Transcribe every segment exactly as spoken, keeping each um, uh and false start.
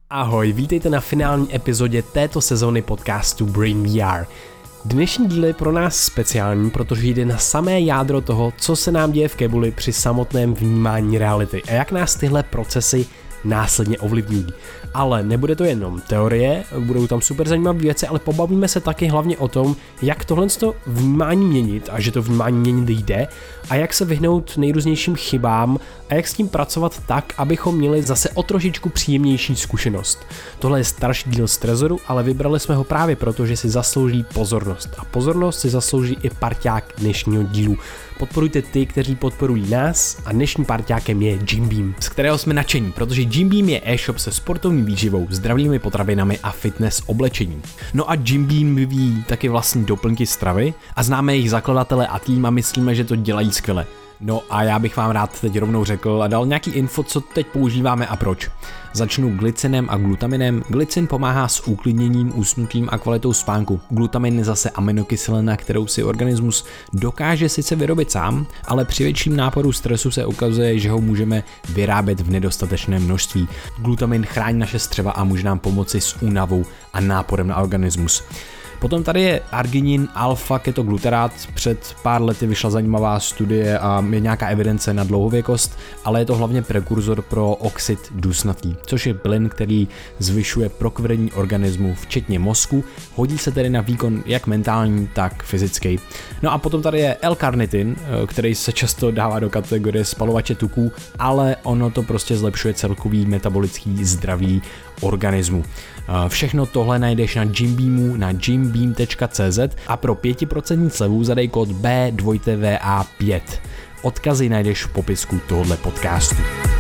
Ahoj, vítejte na finální epizodě této sezóny podcastu Brain V R. Dnešní díl je pro nás speciální, protože jde na samé jádro toho, co se nám děje v kebuli při samotném vnímání reality a jak nás tyhle procesy následně ovlivňují. Ale nebude to jenom teorie, budou tam super zajímavé věci, ale pobavíme se taky hlavně o tom, jak tohle vnímání měnit a že to vnímání měnit jde a jak se vyhnout nejrůznějším chybám a jak s tím pracovat tak, abychom měli zase o trošičku příjemnější zkušenost. Tohle je starší díl z Trezoru, ale vybrali jsme ho právě proto, že si zaslouží pozornost. A pozornost si zaslouží i parťák dnešního dílu. Podporujte ty, kteří podporují nás a dnešním parťákem je Jim Beam, z kterého jsme nadšení, protože Jim Beam je e-shop se sportovní výživou, zdravými potravinami a fitness oblečením. No a Jim Beam vyvíjí taky vlastní doplňky stravy a známe jejich zakladatele a tým a myslíme, že to dělají skvěle. No a já bych vám rád teď rovnou řekl a dal nějaký info, co teď používáme a proč. Začnu glycinem a glutaminem. Glycin pomáhá s uklidněním, usnutím a kvalitou spánku. Glutamin je zase aminokyselina, kterou si organismus dokáže sice vyrobit sám, ale při větším náporu stresu se ukazuje, že ho můžeme vyrábět v nedostatečném množství. Glutamin chrání naše střeva a může nám pomoci s únavou a náporem na organismus. Potom tady je arginin alfa-ketoglutarát, před pár lety vyšla zajímavá studie a je nějaká evidence na dlouhověkost, ale je to hlavně prekurzor pro oxid dusnatý, což je plyn, který zvyšuje prokvrení organismu, včetně mozku, hodí se tedy na výkon jak mentální, tak fyzický. No a potom tady je L-karnitin, který se často dává do kategorie spalovače tuků, ale ono to prostě zlepšuje celkový metabolický zdraví organismu. Všechno tohle najdeš na Jimbeamu na jimbeam tečka cz a pro pět procent slevu zadej kód B dva V A pět. Odkazy najdeš v popisku tohoto podcastu.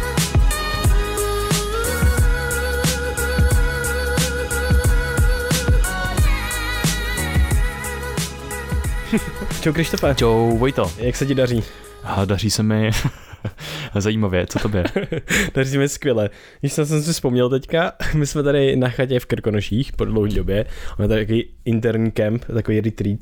Čau Krištofe. Čau Vojto. Jak se ti daří? Aha, daří se mi zajímavě, co tobě? Daří se mi skvěle. Když jsem si vzpomněl teďka, my jsme tady na chatě v Krkonoších po dlouhé době, máme tady takový interní kemp, takový retreat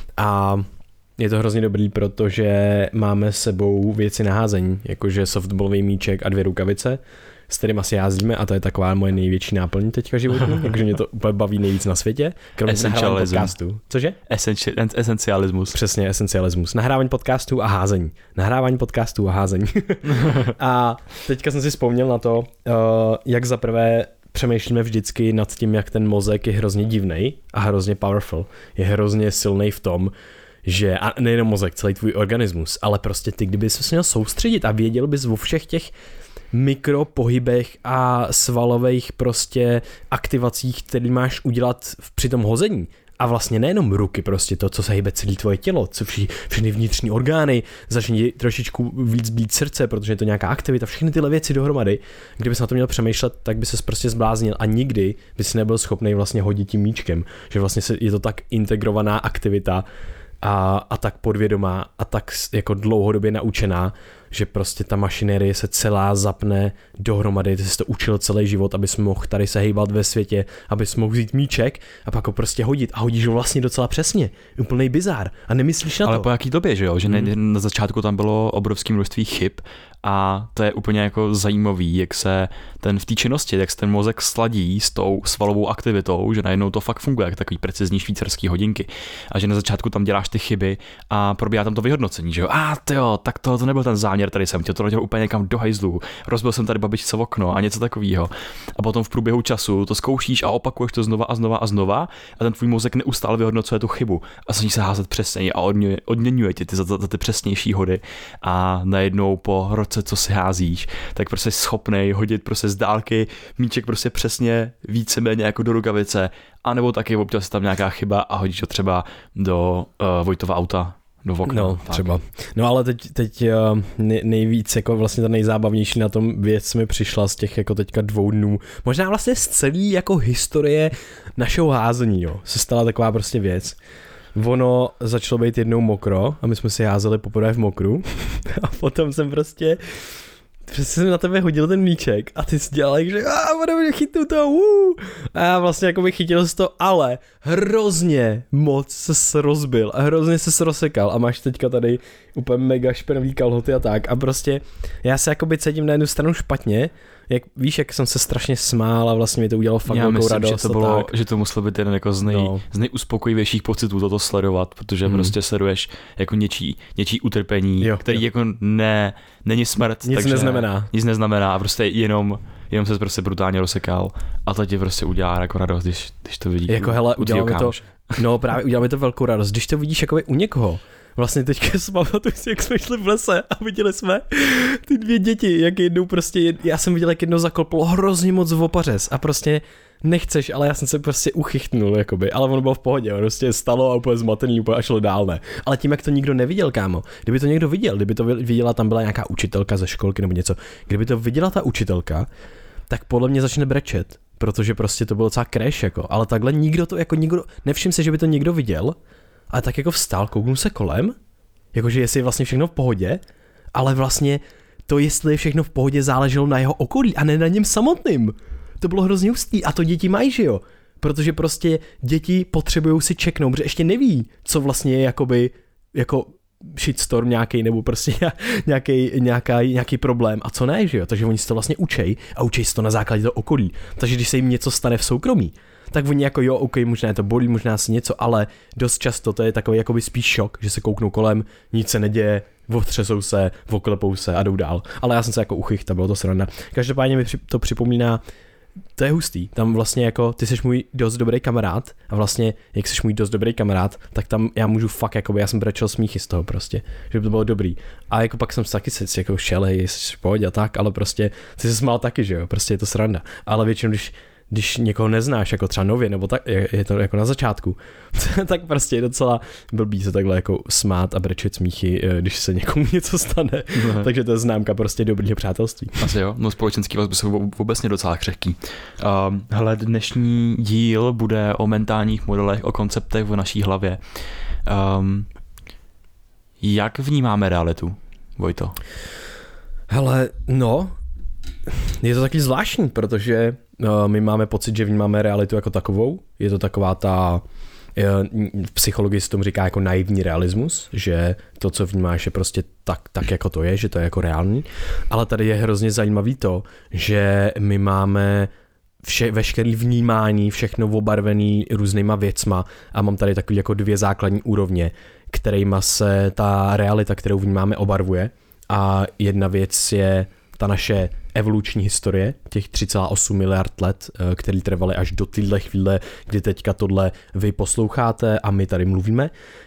a je to hrozně dobrý, protože máme s sebou věci na házení, jakože softballový míček a dvě rukavice, s kterým asi jázdíme a to je taková moje největší náplň teďka životní, takže mě to úplně baví nejvíc na světě. Kromě nahrávání podcastu. Cože? Esenci- esencialismus. Přesně, esencialismus. Nahrávání podcastů a házení. Nahrávání podcastů a házení. A teďka jsem si vzpomněl na to, jak zaprvé přemýšlíme vždycky nad tím, jak ten mozek je hrozně divnej a hrozně powerful. Je hrozně silnej v tom, že, a nejenom mozek, celý tvůj organismus, ale prostě ty, kdyby se měl soustředit a věděl bys o všech těch mikropohybech a svalových prostě aktivacích, které máš udělat při tom hození. A vlastně nejenom ruky, prostě to, co se hýbe celé tvoje tělo, co vši, všechny vnitřní orgány, začne trošičku víc být srdce, protože je to nějaká aktivita, všechny tyhle věci dohromady. Kdybys na to měl přemýšlet, tak by ses prostě zbláznil a nikdy bys nebyl schopný vlastně hodit tím míčkem. Že vlastně je to tak integrovaná aktivita a, a tak podvědomá a tak jako dlouhodobě naučená, že prostě ta mašinérie se celá zapne dohromady, ty jsi to učil celý život, abys mohl tady se hejbat ve světě, abys mohl vzít míček a pak ho prostě hodit a hodíš ho vlastně docela přesně. Úplnej bizár a nemyslíš na to. Ale po jaký době, že jo, že hmm. na začátku tam bylo obrovské množství chyb a to je úplně jako zajímavý, jak se ten v té činnosti, jak se ten mozek sladí s tou svalovou aktivitou, že najednou to fakt funguje, jak takový precizní švýcarský hodinky a že na začátku tam děláš ty chyby a probíhá tam to vyhodnocení, že jo, a tyjo, tak to, to nebyl ten záměr, tady jsem tě to dělal úplně někam do hajzlu, rozbil jsem tady babičce okno a něco takového. A potom v průběhu času to zkoušíš a opakuješ to znova a znova a znova a ten tvůj mozek neustále vyhodnocuje tu chybu a snaží se házet přesněji a odměňuje tě ty za, za ty přesnější hody a najednou po roce, co si házíš, tak prostě schopnej hodit prostě z dálky míček prostě přesně víceméně jako do rukavice, anebo taky občas tam nějaká chyba a hodíš ho třeba do uh, Vojtova auta. Do okna, no, tak. Třeba. No ale teď, teď nejvíc, jako vlastně ta nejzábavnější na tom věc mi přišla z těch jako teďka dvou dnů. Možná vlastně z celý jako historie našeho házení, jo, se stala taková prostě věc. Ono začalo být jednou mokro a my jsme si házeli poprvé v mokru a potom jsem prostě Přesně jsem na tebe hodil ten míček a ty jsi dělal, že a budeme chytnu to, uh. A já vlastně jako bych chytil z to, ale hrozně moc ses rozbil a hrozně ses rozsekal a máš teďka tady úplně mega špinavý kalhoty a tak a prostě já se jakoby cítím na jednu stranu špatně, jak, víš, jak jsem se strašně smál a vlastně mi to udělalo fakt velkou radost. Já myslím, že to bylo, že to muselo být jeden jako z, nej, no. z nejuspokojivějších pocitů toto sledovat, protože hmm. prostě sleduješ jako něčí, něčí utrpení, jo, který jo. jako ne, není smrt, nic takže neznamená. Nic neznamená a prostě jenom jenom se prostě brutálně rozsekal a to ti prostě udělá jako radost, když, když to vidíš. Jako hele, udělá mi to, no právě udělá mi to velkou radost, když to vidíš jakoby u někoho. Vlastně teďka si pamatuju si, jak jsme šli v lese a viděli jsme ty dvě děti, jak jednou prostě, já jsem viděl, jak jedno zaklopilo hrozně moc v opařez a prostě nechceš, ale já jsem se prostě uchychtnul, jakoby, ale ono bylo v pohodě, ono prostě stalo a úplně zmatený, úplně a šlo dál, ne. Ale tím, jak to nikdo neviděl, kámo, kdyby to někdo viděl, kdyby to viděla, tam byla nějaká učitelka ze školky nebo něco, kdyby to viděla ta učitelka, tak podle mě začne brečet, protože prostě to bylo docela crash, jako, ale takhle nikdo to, jako nikdo, nevšim se, že by to někdo viděl, ale tak jako vstál, kouknul se kolem, jakože jestli je vlastně všechno v pohodě, ale vlastně to, jestli je všechno v pohodě, záleželo na jeho okolí a ne na něm samotným. To bylo hrozně hustý a to děti mají, že jo? Protože prostě děti potřebujou si čeknout, protože ještě neví, co vlastně je jakoby, jako shitstorm nějaký nebo prostě nějaký, nějaká, nějaký problém a co ne, že jo? Takže oni si to vlastně učej a učej si to na základě toho okolí. Takže když se jim něco stane v soukromí, tak oni jako jo, ok, možná je to bolí, možná si něco, ale dost často to je takový jakoby spíš šok, že se kouknou kolem, nic se neděje, otřesou se, oklepou se a jdou dál. Ale já jsem se jako uchychtal, bylo to sranda. Každopádně mi to připomíná, to je hustý, tam vlastně jako ty jsi můj dost dobrý kamarád a vlastně jak jsi můj dost dobrý kamarád, tak tam já můžu fakt jakoby, já jsem brečel smíchy z toho prostě, že by to bylo dobrý. A jako pak jsem taky se jako šel, hej, jsi v pohodě a tak, ale prostě ty se smál taky, že jo, prostě je to sranda. Ale většinou, když když někoho neznáš, jako třeba nově, nebo tak, je to jako na začátku, tak prostě je docela blbý se takhle jako smát a brečet smíchy, když se někomu něco stane. No. Takže to je známka prostě dobrýho přátelství. Asi jo, no společenský vazby jsou obecně docela křehký. Uh, hele, dnešní díl bude o mentálních modelech, o konceptech v naší hlavě. Um, jak vnímáme realitu, Vojto? Hele, no, je to taky zvláštní, protože uh, my máme pocit, že vnímáme realitu jako takovou. Je to taková ta, uh, v psychologii se tomu říká jako naivní realismus, že to, co vnímáš, je prostě tak, tak jako to je, že to je jako reálný. Ale tady je hrozně zajímavý to, že my máme vše, veškerý vnímání, všechno obarvený různýma věcma a mám tady takový jako dvě základní úrovně, kterýma se ta realita, kterou vnímáme, obarvuje. A jedna věc je ta naše evoluční historie, těch tři celá osm miliard let, který trvaly až do téhle chvíle, kdy teďka tohle vy posloucháte a my tady mluvíme.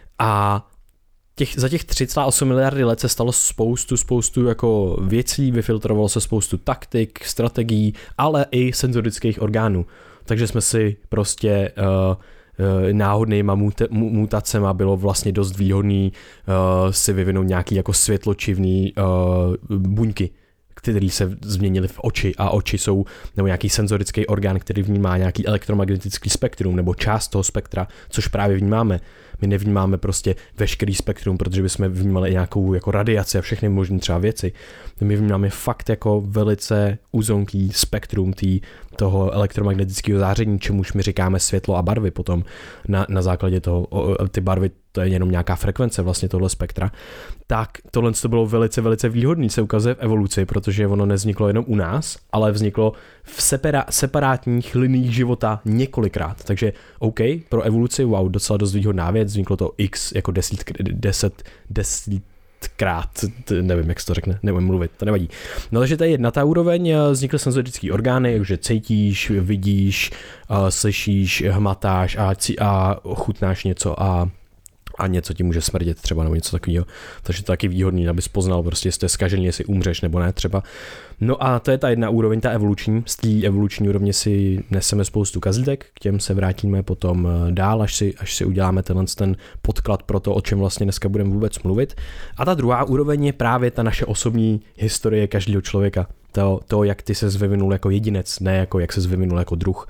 A těch, za těch tři celá osm miliardy let se stalo spoustu, spoustu jako věcí, vyfiltrovalo se spoustu taktik, strategií, ale i senzorických orgánů. Takže jsme si prostě uh, náhodnýma mut- mutacema bylo vlastně dost výhodný uh, si vyvinout nějaký jako světločivný uh, buňky, který se změnili v oči a oči jsou nebo nějaký senzorický orgán, který vnímá nějaký elektromagnetický spektrum nebo část toho spektra, což právě vnímáme. My nevnímáme prostě veškerý spektrum, protože bychom vnímali nějakou jako radiaci a všechny možné třeba věci. My vnímáme fakt jako velice uzonký spektrum tý, toho elektromagnetického záření, čemuž my říkáme světlo a barvy potom na, na základě toho, o, ty barvy, to je jenom nějaká frekvence vlastně tohle spektra, tak tohle to bylo velice, velice výhodný, se ukazuje v evoluci, protože ono nevzniklo jenom u nás, ale vzniklo v separa, separátních liních života několikrát, takže OK, pro evoluci, wow, docela dost výhodná věc, vzniklo to x jako deset, deset, deset krát, nevím, jak se to řekne, nevím mluvit, to nevadí. No takže to je jedna ta úroveň, vznikly senzorické orgány, že cítíš, vidíš, slyšíš, hmatáš a, a chutnáš něco a a něco ti může smrdět třeba nebo něco takového. Takže to je taky výhodný, abys poznal prostě, jestli je zkažený, jestli umřeš nebo ne třeba. No a to je ta jedna úroveň, ta evoluční. Z té evoluční úrovně si neseme spoustu kazítek, k těm se vrátíme potom dál, až si, až si uděláme tenhle ten podklad pro to, o čem vlastně dneska budeme vůbec mluvit. A ta druhá úroveň je právě ta naše osobní historie každého člověka. To, to jak ty ses vyvinul jako jedinec, ne jako jak ses vyvinul jako druh.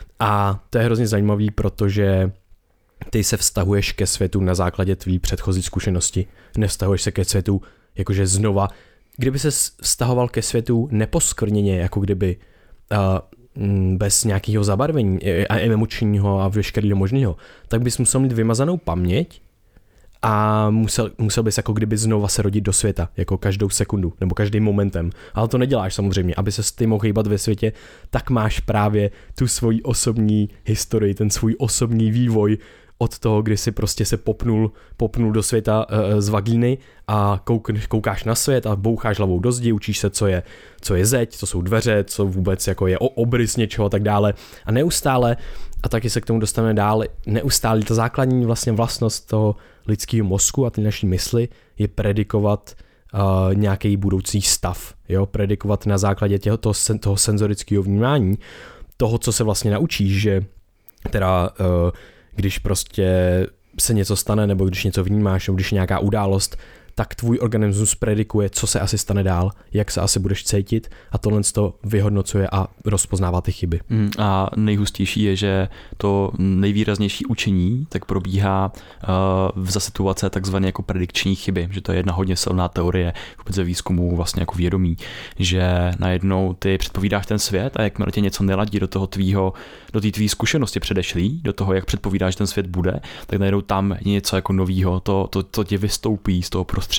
A to je hrozně zajímavý, protože ty se vztahuješ ke světu na základě tvý předchozí zkušenosti. Nevztahuješ se ke světu jakože znova. Kdyby se vztahoval ke světu neposkvrněně, jako kdyby uh, bez nějakého zabarvení a emočního a veškerého možného, tak bys musel mít vymazanou paměť a musel, musel bys jako kdyby znova se rodit do světa, jako každou sekundu, nebo každým momentem. Ale to neděláš samozřejmě, aby se ty mohl hýbat ve světě, tak máš právě tu svoji osobní historii, ten svůj osobní vývoj od toho, kdy si prostě se popnul, popnul do světa e, z vagíny a kouk, koukáš na svět a boucháš hlavou do zdi, učíš se, co je, co je zeď, co jsou dveře, co vůbec jako je obrys něčeho a tak dále. A neustále, a taky se k tomu dostaneme dál, neustále ta základní vlastně vlastnost toho lidského mozku a ty naší mysli je predikovat uh, nějaký budoucí stav, jo, predikovat na základě těho, toho, toho senzorického vnímání, toho, co se vlastně naučíš, že teda uh, když prostě se něco stane, nebo když něco vnímáš, nebo když je nějaká událost, tak tvůj organismus predikuje, co se asi stane dál, jak se asi budeš cítit a tohle to vyhodnocuje a rozpoznává ty chyby. Mm, a nejhustější je, že to nejvýraznější učení tak probíhá uh, za situace takzvané jako predikční chyby, že to je jedna hodně silná teorie vůbec ze výzkumu vlastně jako vědomí, že najednou ty předpovídáš ten svět a jakmile tě něco neladí do toho tvýho, do té tvý zkušenosti předešlý, do toho, jak předpovídáš, že ten svět bude, tak najednou tam je něco jako novýho, to, to, to tě vystoupí z toho prostředí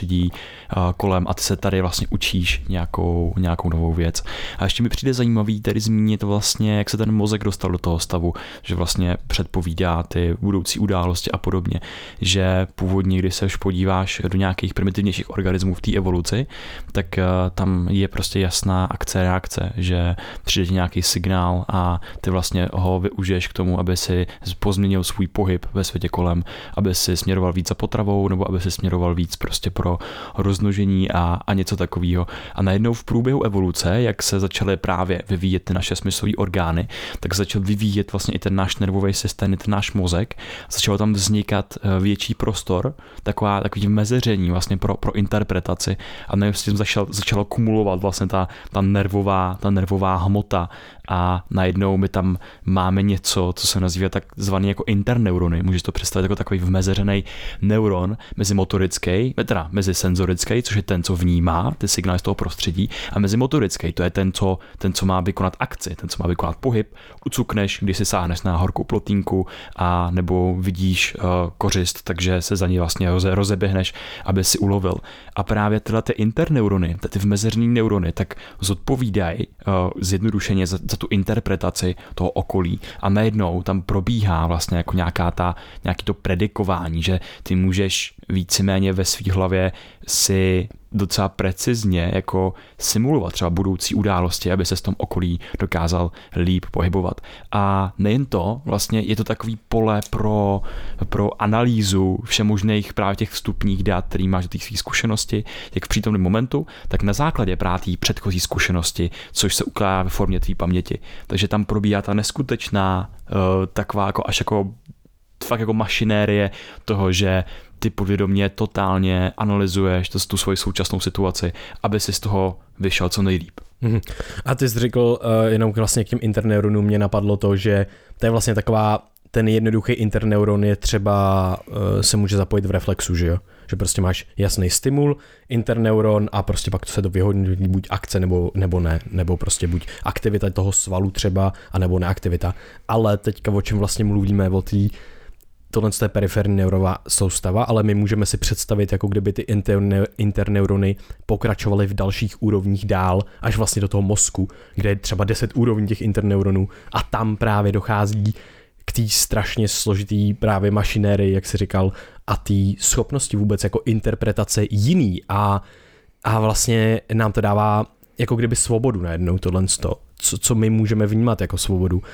kolem a ty se tady vlastně učíš nějakou, nějakou novou věc. A ještě mi přijde zajímavý tady zmínit vlastně, jak se ten mozek dostal do toho stavu, že vlastně předpovídá ty budoucí události a podobně, že původně, když se už podíváš do nějakých primitivnějších organismů v té evoluci, tak tam je prostě jasná akce, reakce, že přijde ti nějaký signál a ty vlastně ho využiješ k tomu, aby si pozměnil svůj pohyb ve světě kolem, aby si směroval víc za potravou nebo aby si směroval víc prostě pro rozmnožení a, a něco takového. A najednou v průběhu evoluce, jak se začaly právě vyvíjet ty naše smyslové orgány, tak začal vyvíjet vlastně i ten náš nervový systém, i ten náš mozek. Začalo tam vznikat větší prostor, taková, takový mezeření vlastně pro, pro interpretaci a najednou se začal, začalo kumulovat vlastně ta, ta, nervová, ta nervová hmota a najednou my tam máme něco, co se nazývá takzvaný jako interneurony. Můžeš to představit jako takový vmezeřený neuron mezi motorický, teda mezi senzorický, což je ten, co vnímá ty signály z toho prostředí, a mezi motorický, to je ten, co, ten, co má vykonat akci, ten, co má vykonat pohyb, ucukneš, když si sáhneš na horkou plotínku a nebo vidíš uh, kořist, takže se za ní vlastně roze, rozeběhneš, aby si ulovil. A právě tyhle ty interneurony, ty vmezeřený neurony, tak zodpovídají uh, zjednodušeně za, za tu interpretaci toho okolí a najednou tam probíhá vlastně jako nějaká ta, nějaký to predikování, že ty můžeš víceméně ve svý hlavě si docela precizně jako simulovat třeba budoucí události, aby se v tom okolí dokázal líp pohybovat. A nejen to, vlastně je to takový pole pro, pro analýzu všemožných právě těch vstupních dat, který máš do těch svých zkušenosti, jak v přítomném momentu, tak na základě právě té předchozí zkušenosti, což se ukládá ve formě tvý paměti. Takže tam probíhá ta neskutečná uh, taková jako až jako fakt jako mašinérie toho, že ty podvědomě totálně analyzuješ to, tu svoji současnou situaci, aby si z toho vyšel co nejlíp. Mm-hmm. A ty jsi řekl, uh, jenom vlastně k těm interneuronům mě napadlo to, že to je vlastně taková, ten jednoduchý interneuron je třeba, uh, se může zapojit v reflexu, že jo? Že prostě máš jasný stimul, interneuron a prostě pak to se to vyhodnotí buď akce nebo, nebo ne, nebo prostě buď aktivita toho svalu třeba, anebo neaktivita. Ale teďka o čem vlastně mluvíme, o té tohle je periferní neurová soustava, ale my můžeme si představit, jako kdyby ty interne, interneurony pokračovaly v dalších úrovních dál, až vlastně do toho mozku, kde je třeba deset úrovní těch interneuronů a tam právě dochází k té strašně složitý právě mašinérii, jak jsi říkal, a té schopnosti vůbec jako interpretace jiný a, a vlastně nám to dává jako kdyby svobodu najednou tohle sto. Co, co my můžeme vnímat jako svobodu. Uh,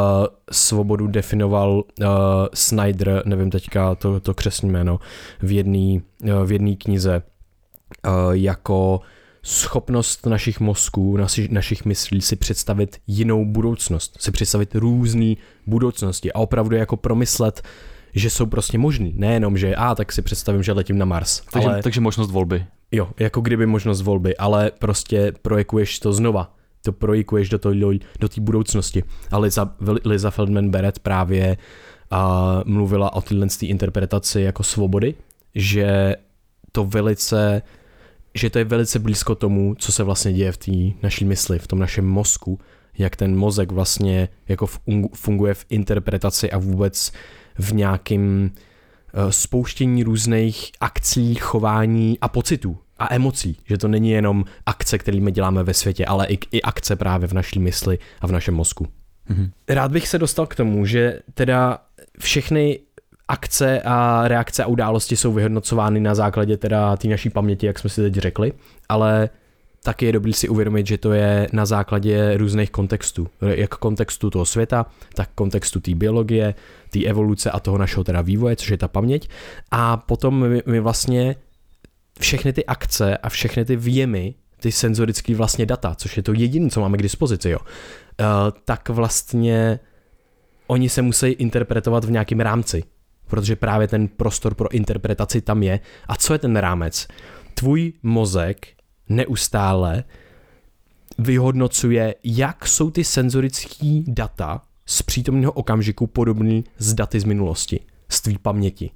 svobodu definoval uh, Snyder, nevím teďka to, to křestní jméno, v jedné uh, v jedné knize uh, jako schopnost našich mozků, naši, našich myslí si představit jinou budoucnost, si představit různé budoucnosti a opravdu jako promyslet, že jsou prostě možný. Nejenom, že a tak si představím, že letím na Mars. Takže, ale, takže možnost volby. Jo, jako kdyby možnost volby, ale prostě projekuješ to znova. To projikuješ do té do budoucnosti. A Liza, Liza Feldman Barrett právě uh, mluvila o téhle interpretaci jako svobody, že to velice, že to je velice blízko tomu, co se vlastně děje v té naší mysli, v tom našem mozku, jak ten mozek vlastně jako funguje v interpretaci a vůbec v nějakým spouštění různých akcí, chování a pocitů a emocí, že to není jenom akce, kterými děláme ve světě, ale i, i akce právě v naší mysli a v našem mozku. Mm-hmm. Rád bych se dostal k tomu, že teda všechny akce a reakce a události jsou vyhodnocovány na základě teda té naší paměti, jak jsme si teď řekli, ale taky je dobrý si uvědomit, že to je na základě různých kontextů. Jak kontextu toho světa, tak kontextu té biologie, té evoluce a toho našeho teda vývoje, což je ta paměť. A potom my, my vlastně všechny ty akce a všechny ty vjemy, ty senzorické vlastně data, což je to jediné, co máme k dispozici, jo, uh, tak vlastně oni se musí interpretovat v nějakém rámci, protože právě ten prostor pro interpretaci tam je. A co je ten rámec? Tvůj mozek neustále vyhodnocuje, jak jsou ty senzorické data z přítomného okamžiku podobný s daty z minulosti, z tvý paměti.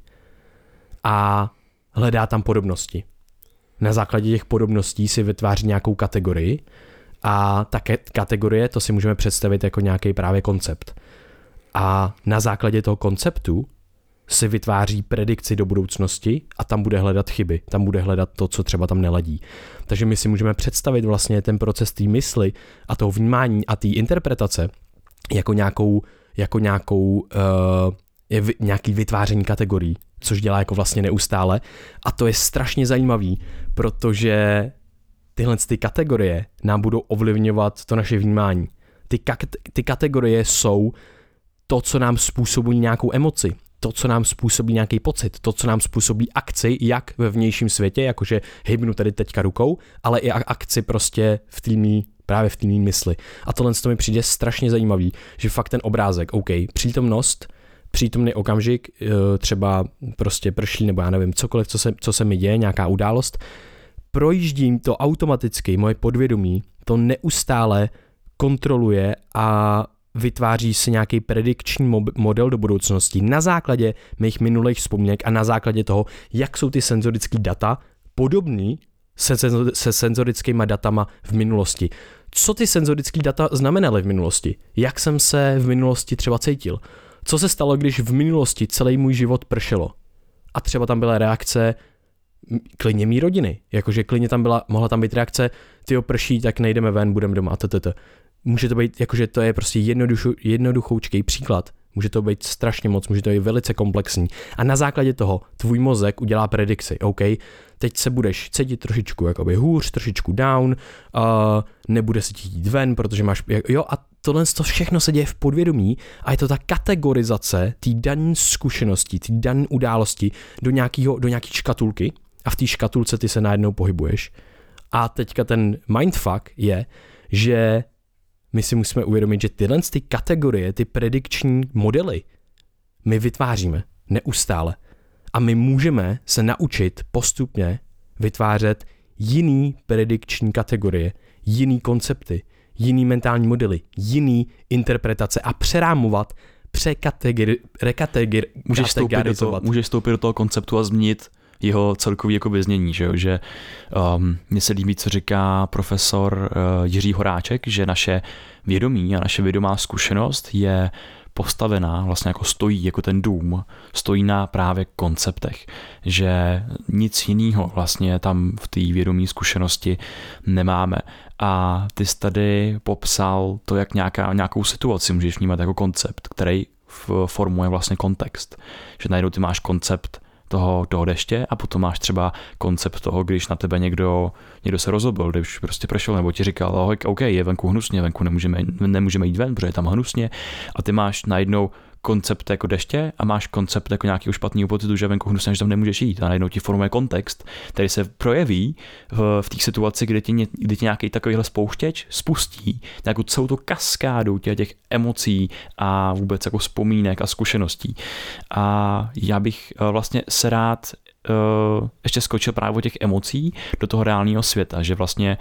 A hledá tam podobnosti. Na základě těch podobností si vytváří nějakou kategorii a ta kategorie, to si můžeme představit jako nějaký právě koncept. A na základě toho konceptu si vytváří predikci do budoucnosti a tam bude hledat chyby, tam bude hledat to, co třeba tam neladí. Takže my si můžeme představit vlastně ten proces té mysli a toho vnímání a té interpretace jako nějakou, jako nějakou uh, je nějaký vytváření kategorií, což dělá jako vlastně neustále. A to je strašně zajímavý, protože tyhle ty kategorie nám budou ovlivňovat to naše vnímání. Ty, ka- ty kategorie jsou to, co nám způsobí nějakou emoci, to, co nám způsobí nějaký pocit, to, co nám způsobí akci, jak ve vnějším světě, jakože hybnu tady teďka rukou, ale i akci prostě v týmí, právě v týmí mysli. A tohle to mi přijde strašně zajímavý, že fakt ten obrázek, OK, přítomnost, přítomný okamžik, třeba prostě prší, nebo já nevím, cokoliv, co se, co se mi děje, nějaká událost, projíždím to automaticky, moje podvědomí to neustále kontroluje a vytváří si nějaký predikční model do budoucnosti na základě mých minulých vzpomínek a na základě toho, jak jsou ty senzorické data podobný se, se senzorickými datama v minulosti. Co ty senzorické data znamenaly v minulosti? Jak jsem se v minulosti třeba cítil? Co se stalo, když v minulosti celý můj život pršelo? A třeba tam byla reakce klidně mý rodiny. Jakože klidně tam byla, mohla tam být reakce, tyjo prší, tak nejdeme ven, budeme doma, ttt. Může to být, jakože to je prostě jednoduchou, jednoduchoučkej příklad. Může to být strašně moc, může to být velice komplexní. A na základě toho tvůj mozek udělá predikci. OK, teď se budeš cítit trošičku jakoby hůř, trošičku down, uh, nebude se ti jít ven, protože máš, jo, a tohle to všechno se děje v podvědomí a je to ta kategorizace té dané zkušenosti, té dané události do, nějakýho, do nějaký škatulky a v té škatulce ty se najednou pohybuješ. A teďka ten mindfuck je, že my si musíme uvědomit, že tyhle ty kategorie, ty predikční modely my vytváříme neustále. A my můžeme se naučit postupně vytvářet jiný predikční kategorie, jiný koncepty, jiný mentální modely, jiný interpretace a přerámovat, překategori, rekategori, můžeš vstoupit do toho, můžeš vstoupit do toho konceptu a změnit jeho celkový jako vyznění, že jo, že um, mně se líbí, co říká profesor uh, Jiří Horáček, že naše vědomí a naše vědomá zkušenost je postavená, vlastně jako stojí, jako ten dům, stojí na právě konceptech, že nic jiného vlastně tam v té vědomí zkušenosti nemáme. A ty jsi tady popsal to, jak nějaká, nějakou situaci můžeš vnímat jako koncept, který formuje vlastně kontext. Že najednou ty máš koncept toho, toho deště a potom máš třeba koncept toho, když na tebe někdo, někdo se rozhodl, když prostě pršel nebo ti říkal, ahoj, OK, je venku hnusně, venku nemůžeme, nemůžeme jít ven, protože je tam hnusně a ty máš najednou koncept jako deště a máš koncept jako nějakého špatného pocitu, že venku hnusně, že tam nemůžeš jít a najednou ti formuje kontext, který se projeví v, v té situaci, kdy ti, kdy ti nějaký takovýhle spouštěč spustí nějakou celou tu kaskádu těch, těch emocí a vůbec jako vzpomínek a zkušeností. A já bych vlastně se rád uh, ještě skočil právě o těch emocí do toho reálného světa, že vlastně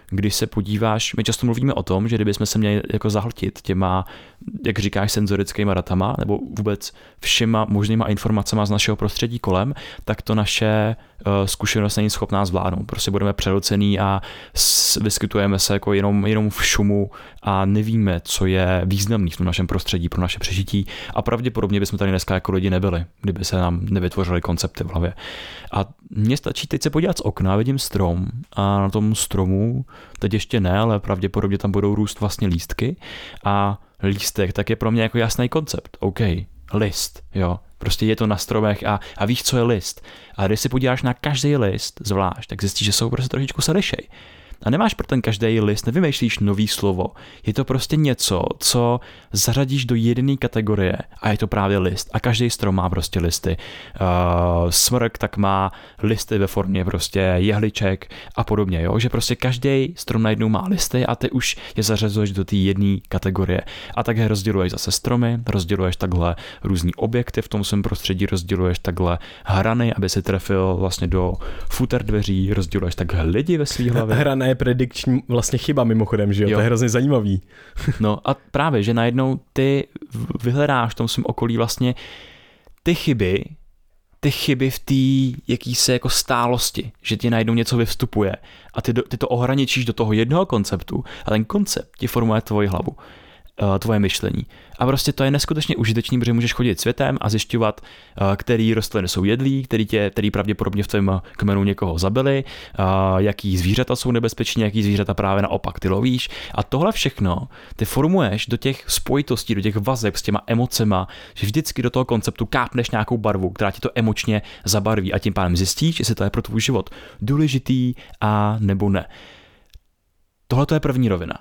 když se podíváš, my často mluvíme o tom, že kdybychom se měli jako zahltit těma, jak říkáš, senzorickýma datama, nebo vůbec všema možnýma informacemi z našeho prostředí kolem, tak to naše uh, zkušenost není schopná zvládnout. Prostě budeme přerocený a s, vyskytujeme se jako jenom, jenom v šumu a nevíme, co je významný v tom našem prostředí pro naše přežití a pravděpodobně bychom tady dneska jako lidi nebyli, kdyby se nám nevytvořily koncepty v hlavě. A mně stačí teď se podívat z okna, vidím strom a na tom stromu, teď ještě ne, ale pravděpodobně tam budou růst vlastně lístky a lístek tak je pro mě jako jasný koncept. OK, list, jo. Prostě je to na stromech a, a víš, co je list. A když si podíváš na každý list zvlášť, tak zjistíš, že jsou prostě trošičku se lišej. A nemáš pro ten každý list, nevymýšlíš nový slovo. Je to prostě něco, co zařadíš do jediné kategorie a je to právě list. A každý strom má prostě listy. Uh, smrk tak má listy ve formě prostě jehliček a podobně, jo? Že prostě každý strom najednou má listy a ty už je zařazuješ do té jedné kategorie. A takhle rozděluješ zase stromy, rozděluješ takhle různý objekty v tom svém prostředí, rozděluješ takhle hrany, aby si trefil vlastně do futer dveří, rozděluješ takhle lidi ve svý hlavě. Hrana je predikční vlastně chyba mimochodem, že jo? jo. To je hrozně zajímavý. No a právě, že najednou ty vyhledáš v tom svém okolí vlastně ty chyby, ty chyby v té jakýsi jako stálosti, že ti najednou něco vyvstupuje a ty, do, ty to ohraničíš do toho jednoho konceptu a ten koncept ti formuje tvoji hlavu, tvoje myšlení. A prostě to je neskutečně užitečný, protože můžeš chodit světem a zjišťovat, který rostliny jsou jedlí, který, tě, který pravděpodobně v tvém kmenu někoho zabili, jaký zvířata jsou nebezpečný, jaký zvířata právě naopak ty lovíš. A tohle všechno ty formuješ do těch spojitostí, do těch vazeb s těma emocema, že vždycky do toho konceptu kápneš nějakou barvu, která ti to emočně zabarví a tím pádem zjistíš, jestli to je pro tvůj život důležitý a nebo ne. Tohle to je první rovina.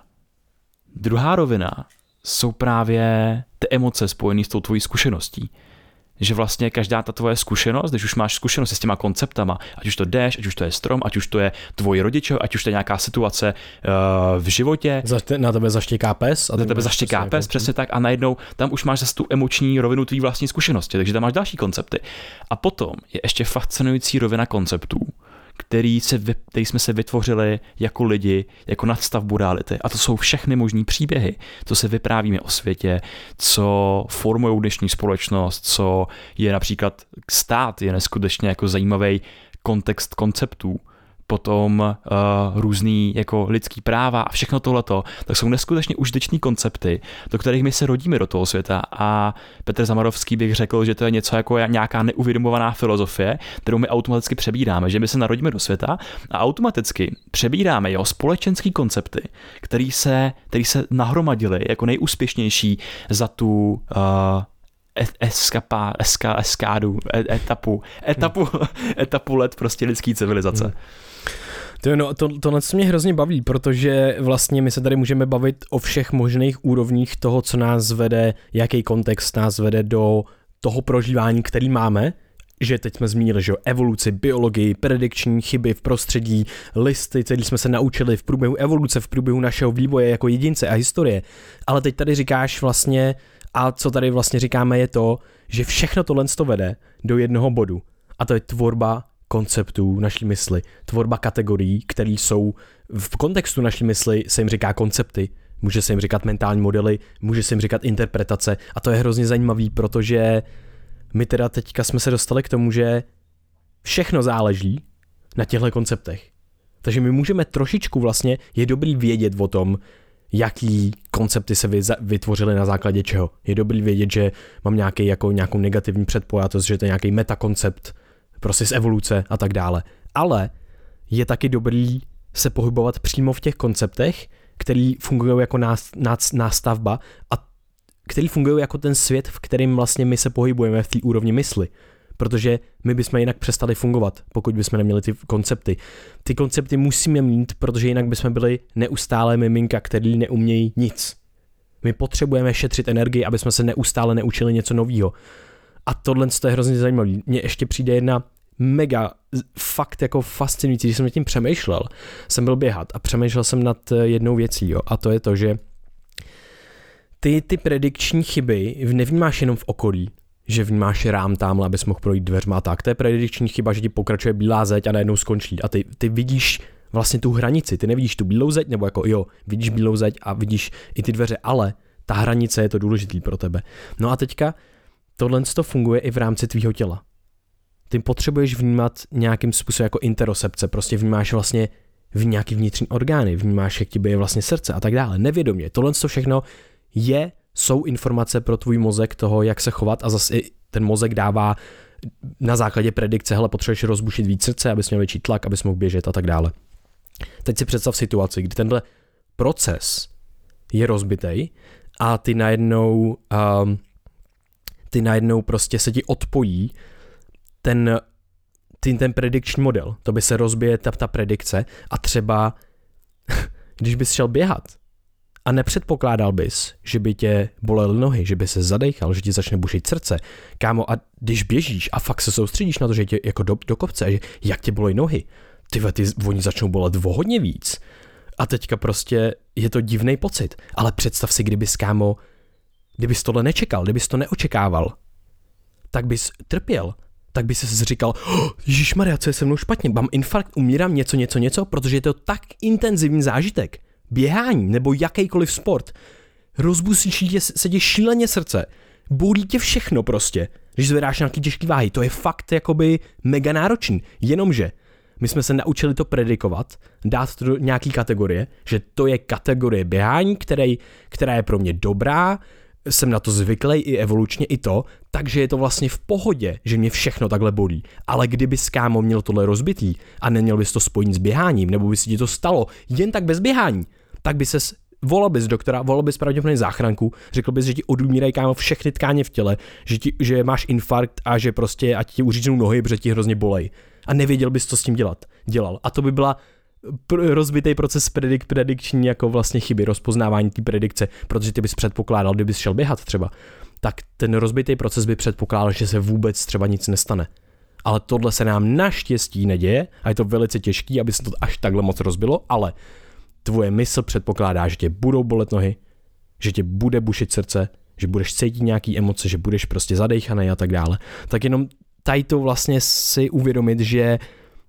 Druhá rovina jsou právě ty emoce spojené s tou tvojí zkušeností. Že vlastně každá ta tvoje zkušenost, když už máš zkušenost s těma konceptama, ať už to jdeš, ať už to je strom, ať už to je tvoji rodiče, ať už to je nějaká situace uh, v životě. Na tebe zaštěká pes. A na tebe zaštěká pes, přesně tak. A najednou tam už máš zase tu emoční rovinu tvý vlastní zkušenosti, takže tam máš další koncepty. A potom je ještě fascinující rovina konceptů, který, se, který jsme se vytvořili jako lidi, jako nadstavbu reality. A to jsou všechny možný příběhy, co se vyprávíme o světě, co formují dnešní společnost, co je například stát, je neskutečně jako zajímavý kontext konceptů. Potom uh, různý jako lidský práva a všechno tohleto, tak jsou neskutečně užitečný koncepty, do kterých my se rodíme do toho světa a Petr Zamarovský bych řekl, že to je něco jako nějaká neuvědomovaná filozofie, kterou my automaticky přebíráme, že my se narodíme do světa a automaticky přebíráme jeho společenský koncepty, který se, který se nahromadily jako nejúspěšnější za tu uh, eskapa, eska, eskádu, etapu, etapu, hmm. etapu let prostě lidský civilizace. Hmm. To, no, to, tohle mě hrozně baví, protože vlastně my se tady můžeme bavit o všech možných úrovních toho, co nás vede, jaký kontext nás vede do toho prožívání, který máme, že teď jsme zmínili, že evoluci, biologii, predikční chyby v prostředí, listy, které jsme se naučili v průběhu evoluce, v průběhu našeho vývoje jako jedince a historie. Ale teď tady říkáš vlastně, a co tady vlastně říkáme je to, že všechno tohle to vede do jednoho bodu. A to je tvorba konceptů naší mysli, tvorba kategorií, které jsou v kontextu naší mysli, se jim říká koncepty, může se jim říkat mentální modely, může se jim říkat interpretace a to je hrozně zajímavý, protože my teda teďka jsme se dostali k tomu, že všechno záleží na těchto konceptech. Takže my můžeme trošičku vlastně, je dobrý vědět o tom, jaký koncepty se vytvořily na základě čeho. Je dobrý vědět, že mám nějaký, jako, nějakou negativní předpojatost, že to je nějaký metakoncept, prostě z evoluce a tak dále. Ale je taky dobrý se pohybovat přímo v těch konceptech, který fungují jako nástavba a který fungují jako ten svět, v kterém vlastně my se pohybujeme v té úrovni mysli. Protože my bychom jinak přestali fungovat, pokud bychom neměli ty koncepty. Ty koncepty musíme mít, protože jinak bychom byli neustále miminka, který neumějí nic. My potřebujeme šetřit energii, aby jsme se neustále neučili něco nového. A tohle je hrozně zajímavé. Mně ještě přijde jedna mega, fakt jako fascinující, když jsem nad tím přemýšlel, jsem byl běhat a přemýšlel jsem nad jednou věcí, jo, a to je to, že ty, ty predikční chyby nevnímáš jenom v okolí, že vnímáš rám tamhle, abys mohl projít dveřma a tak. To je predikční chyba, že ti pokračuje bílá zeď a najednou skončí. A ty, ty vidíš vlastně tu hranici, ty nevidíš tu bílou zeď, nebo jako jo, vidíš bílou zeď a vidíš i ty dveře, ale ta hranice je to důležitý pro tebe. No a teďka tohle to funguje i v rámci tvýho těla. Ty potřebuješ vnímat nějakým způsobem jako interocepce, prostě vnímáš vlastně v nějaký vnitřní orgány, vnímáš, jak ti bije vlastně srdce a tak dále, nevědomě. Tohle to všechno je, jsou informace pro tvůj mozek toho, jak se chovat a zase ten mozek dává na základě predikce, hele, potřebuješ rozbušit víc srdce, abys měl větší tlak, abys mohl běžet a tak dále. Teď si představ situaci, kdy tenhle proces je rozbitej a ty najednou, um, ty najednou prostě se ti odpojí ten, ten, ten predikční model. To by se rozbije ta, ta predikce a třeba, když bys šel běhat a nepředpokládal bys, že by tě bolely nohy, že by se zadejchal, že ti začne bušit srdce. Kámo, a když běžíš a fakt se soustředíš na to, že tě jako do, do kopce a že jak tě bolej nohy, ty, ty oni začnou bolet o hodně víc. A teďka prostě je to divný pocit. Ale představ si, kdybys, kámo, kdybys tohle nečekal, kdybys to neočekával, tak bys trpěl. Tak bys si říkal, oh, ježišmarja, co je se mnou špatně, mám infarkt, umírám, něco, něco, něco, protože je to tak intenzivní zážitek. Běhání nebo jakýkoliv sport. Rozbusí se tě šíleně srdce. Bolí tě všechno prostě. Když zvedáš nějaký těžký váhy, to je fakt jakoby mega náročný. Jenomže my jsme se naučili to predikovat, dát to do nějaký kategorie, že to je kategorie běhání, který, která je pro mě dobrá, jsem na to zvyklý i evolučně i to, takže je to vlastně v pohodě, že mě všechno takhle bolí. Ale kdyby kámo měl tohle rozbitý a neměl bys to spojit s běháním, nebo by si ti to stalo jen tak bez běhání, tak by ses volal bys doktora, volal bys pravděpodobně záchranku, řekl bys, že ti odumírají kámo všechny tkáně v těle, že, ti, že máš infarkt a že prostě ať ti uříznou nohy, protože ti hrozně bolej. A nevěděl bys, co s tím dělat. Dělal. A to by byla rozbitý proces predik, predikční jako vlastně chyby, rozpoznávání té predikce, protože ty bys předpokládal, kdybys šel běhat třeba, tak ten rozbitý proces by předpokládal, že se vůbec třeba nic nestane. Ale tohle se nám naštěstí neděje a je to velice těžký, aby se to až takhle moc rozbilo, ale tvoje mysl předpokládá, že tě budou bolet nohy, že tě bude bušit srdce, že budeš cítit nějaký emoce, že budeš prostě zadejchaný a tak dále. Tak jenom tady to vlastně si uvědomit, že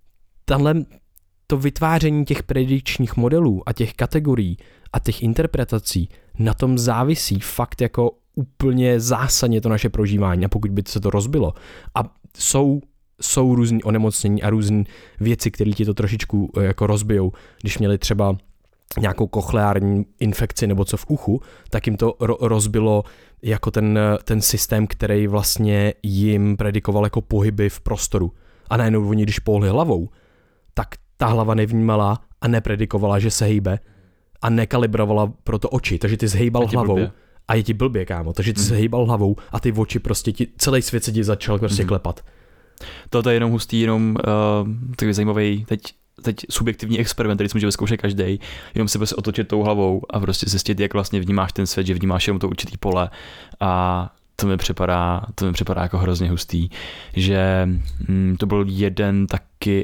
tahle to vytváření těch predikčních modelů a těch kategorií a těch interpretací na tom závisí fakt jako úplně zásadně to naše prožívání a pokud by se to rozbilo a jsou jsou různý onemocnění a různé věci, které ti to trošičku jako rozbijou, když měli třeba nějakou kochleární infekci nebo co v uchu, tak jim to ro- rozbilo jako ten, ten systém, který vlastně jim predikoval jako pohyby v prostoru. A najednou oni, když pohli hlavou, tak ta hlava nevnímala a nepredikovala, že se hejbe a nekalibrovala pro to oči, takže ty zhejbal hlavou blbě. A je ti blbě, kámo, takže ty mm. se hejbal hlavou a ty oči prostě ti, celý svět se ti začal prostě mm. klepat. To je jenom hustý, jenom uh, takový zajímavý, teď, teď subjektivní experiment, který si může vyzkoušet každý, jenom si prostě otočit tou hlavou a prostě zjistit, jak vlastně vnímáš ten svět, že vnímáš jenom to určitý pole a to mi připadá, to mi připadá jako hrozně hustý, že hm, to byl jeden taky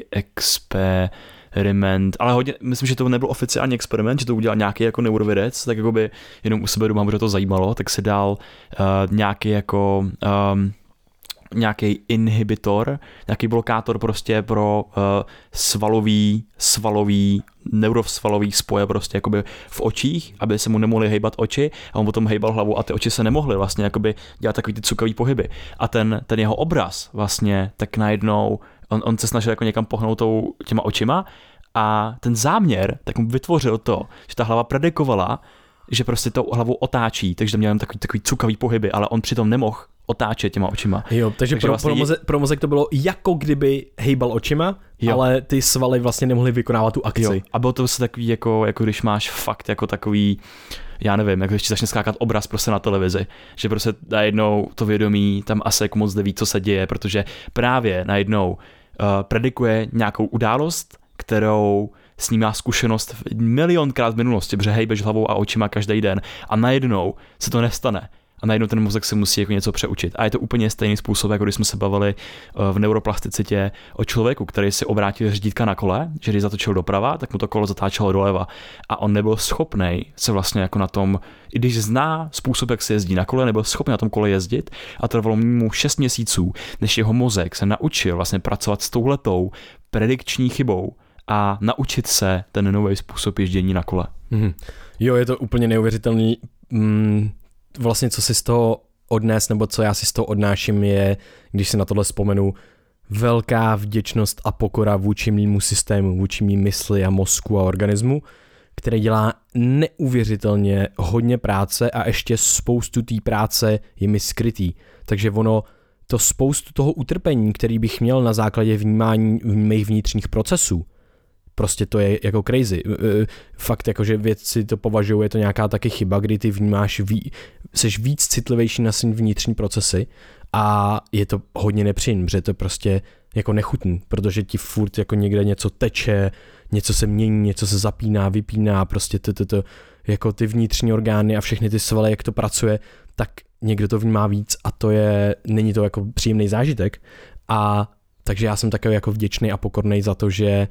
experiment, ale hodně, myslím, že to nebyl oficiální experiment, že to udělal nějaký jako neurovědec, tak jako by jenom u sebe doma, protože to zajímalo, tak si dal uh, nějaký jako um, nějaký inhibitor, nějaký blokátor prostě pro uh, svalový, svalový, neurosvalový spoje prostě jakoby v očích, aby se mu nemohly hejbat oči a on potom hejbal hlavu a ty oči se nemohly vlastně jakoby dělat takový ty cukový pohyby. A ten, ten jeho obraz vlastně tak najednou, on, on se snažil jako někam pohnout tou, těma očima a ten záměr tak mu vytvořil to, že ta hlava predikovala, že prostě tou hlavou otáčí, takže měl takový, takový cukavý pohyby, ale on přitom nemohl otáčet těma očima. Jo, takže, takže pro, vlastně pro, mozek, pro mozek to bylo jako kdyby hejbal očima, jo. Ale ty svaly vlastně nemohly vykonávat tu akci. Jo. A bylo to vlastně takový, jako, jako když máš fakt jako takový, já nevím, jako když ti začne skákat obraz prostě na televizi, že prostě najednou to vědomí tam asi jako moc neví, co se děje, protože právě najednou uh, predikuje nějakou událost, kterou s ním má zkušenost milionkrát v minulosti, protože hejbeš hlavou a očima každý den a najednou se to nestane. A najednou ten mozek se musí jako něco přeučit. A je to úplně stejný způsob, jako když jsme se bavili v neuroplasticitě o člověku, který si obrátil řídítka na kole, že když zatočil doprava, tak mu to kolo zatáčelo doleva. A on nebyl schopný se vlastně jako na tom, i když zná způsob, jak se jezdí na kole, nebyl schopný na tom kole jezdit a trvalo mu šest měsíců, než jeho mozek se naučil vlastně pracovat s touhletou predikční chybou a naučit se ten nový způsob ježdění na kole. Mm-hmm. Jo, je to úplně neuvěřitelný. Mm, vlastně co si z toho odnes, nebo co já si z toho odnáším je, když si na tohle vzpomenu, velká vděčnost a pokora vůči mému systému, vůči mý mysli a mozku a organismu, který dělá neuvěřitelně hodně práce a ještě spoustu té práce je mi skrytý. Takže ono, to spoustu toho utrpení, který bych měl na základě vnímání mých vnitřních procesů, prostě to je jako crazy. Fakt jako, že vědci to považují, je to nějaká taky chyba, kdy ty vnímáš, ví, seš víc citlivější na svý vnitřní procesy a je to hodně nepříjemné, protože to je prostě jako nechutný, protože ti furt jako někde něco teče, něco se mění, něco se zapíná, vypíná, prostě to, to, to, jako ty vnitřní orgány a všechny ty svaly, jak to pracuje, tak někdo to vnímá víc a to je, není to jako příjemný zážitek. A takže já jsem takový jako vděčný a pokorný za to, že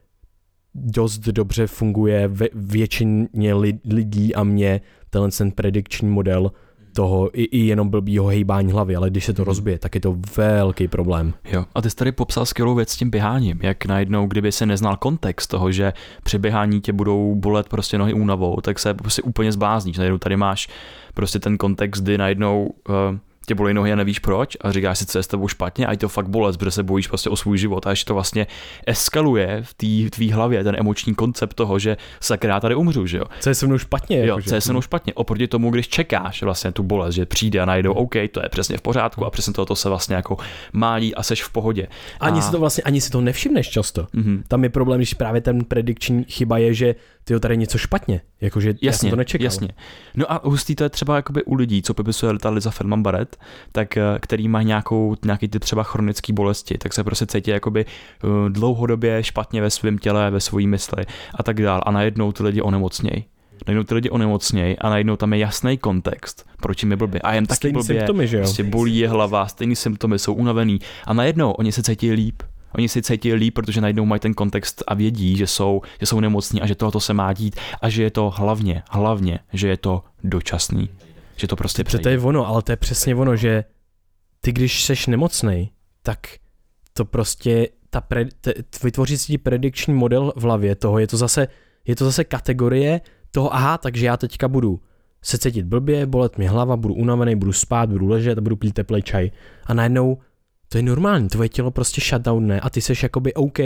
dost dobře funguje ve většině lidí a mě tenhle ten predikční model toho i, i jenom blbýho hejbání hlavy, ale když se to rozbije, tak je to velký problém. Jo, a ty jsi tady popsal skvělou věc s tím běháním, jak najednou, kdyby se neznal kontext toho, že při běhání tě budou bolet prostě nohy únavou, tak se prostě úplně zblázníš. Najednou tady máš prostě ten kontext, kdy najednou uh, tě bolí nohy a nevíš proč a říkáš si, co je s tebou špatně a je to fakt bolest, protože se bojíš prostě o svůj život a ještě to vlastně eskaluje v té tvý hlavě ten emoční koncept toho, že sakra já tady umřu, že jo. Co je se mnou špatně? Jo, jako, co je se mnou špatně. Oproti tomu, když čekáš vlastně tu bolest, že přijde a najdou, OK, to je přesně v pořádku a přesně tohoto se vlastně jako málí a seš v pohodě. Ani a... si to vlastně, ani si to nevšimneš často. Mm-hmm. Tam je problém, když právě ten predikční chyba je, že tyjo, tady je něco špatně, jakože jasně, já jsem to nečekal. Jasně. No a hustý to je třeba jakoby u lidí, co popisuje ta Liza Feldman Barrett, tak který má nějakou, nějaký ty třeba chronické bolesti, tak se prostě cítí jakoby dlouhodobě špatně ve svém těle, ve svojí mysli a tak dál a najednou ty lidi onemocnějí. Najednou ty lidi onemocnějí a najednou tam je jasný kontext, proč jim je blbě. A jen taky stejný blbě, symptomy, že jo? Prostě bolí je hlava, stejný symptomy, jsou unavený a najednou oni se cítí líp. Oni si cítí líp, protože najednou mají ten kontext a vědí, že jsou, že jsou nemocní a že tohoto se má dít a že je to hlavně, hlavně, že je to dočasný. Že to prostě přejde. To je ono, ale to je přesně ono, že ty, když seš nemocnej, tak to prostě, ta pre, te, vytvoří si predikční model v hlavě toho, je to zase, je to zase kategorie toho, aha, takže já teďka budu se cítit blbě, bolet mě hlava, budu unavený, budu spát, budu ležet a budu pít teplý čaj. A najednou to je normální, tvoje tělo prostě shutdowne a ty seš jakoby OK,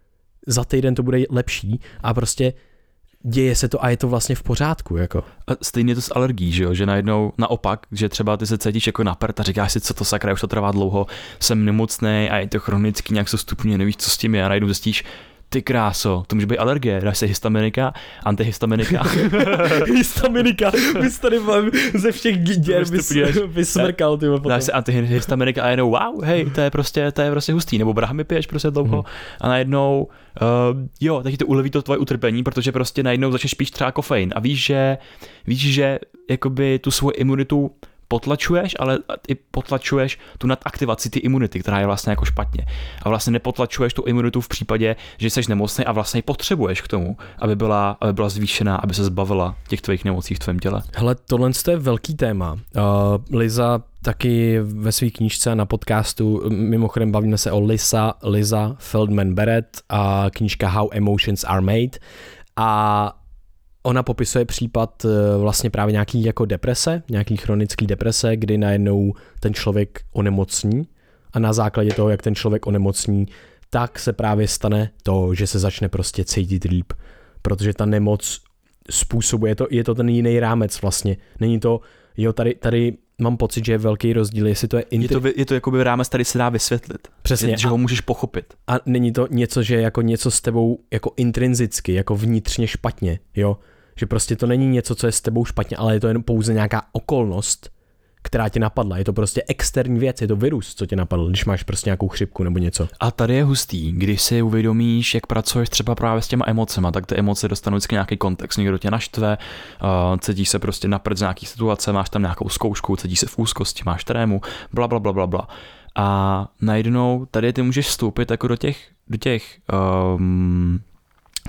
za týden to bude lepší a prostě děje se to a je to vlastně v pořádku. Jako. A stejně to s alergií, že jo, že najednou naopak, že třeba ty se cítíš jako na prd a říkáš si, co to sakra, už to trvá dlouho, jsem nemocnej a je to chronický, nějak se stupňuje, nevíš, co s tím je a najednou zjistíš, ty kráso, to může být alergie, dáš si histaminika, antihistaminika. Histaminika, bys tady ze všech děr vysmrkal. Dáš si antihistaminika a jenom wow, hej, to je prostě, to je prostě hustý, nebo brahmy piješ prostě dlouho hmm. a najednou, uh, jo, taky to uleví to tvoje utrpení, protože prostě najednou začneš pít třeba kofein a víš, že, víš, že jakoby tu svoji imunitu potlačuješ, ale i potlačuješ tu nadaktivaci ty imunity, která je vlastně jako špatně. A vlastně nepotlačuješ tu imunitu v případě, že jsi nemocný a vlastně ji potřebuješ k tomu, aby byla, aby byla zvýšená, aby se zbavila těch tvých nemocí v tvém těle. Hele, tohle je velký téma. Uh, Liza taky ve své knížce a na podcastu, mimochodem bavíme se o Lisa, Liza Feldman Barrett a knížka How Emotions Are Made a ona popisuje případ vlastně právě nějaký jako deprese, nějaký chronický deprese, kdy najednou ten člověk onemocní a na základě toho, jak ten člověk onemocní, tak se právě stane to, že se začne prostě cítit líp, protože ta nemoc způsobuje, je to, je to ten jiný rámec vlastně, není to, jo, tady, tady mám pocit, že je velký rozdíl, jestli to je... Intri- je to, je to jakoby rámec, tady se dá vysvětlit. Přesně. Je, že ho můžeš pochopit. A není to něco, že jako něco s tebou jako intrinzicky, jako vnitřně špatně, jo? Že prostě to není něco, co je s tebou špatně, ale je to jen pouze nějaká okolnost, která tě napadla. Je to prostě externí věc, je to virus, co tě napadl, když máš prostě nějakou chřipku nebo něco. A tady je hustý, když si uvědomíš, jak pracuješ třeba právě s těma emocema, tak ty emoce dostanou vždycky nějaký kontext. Někdo tě naštve, uh, cítíš se prostě na prd z nějaký situace, máš tam nějakou zkoušku, cítíš se v úzkosti, máš trému, bla bla bla bla bla. A najednou tady ty můžeš vstoupit jako do těch, do těch um,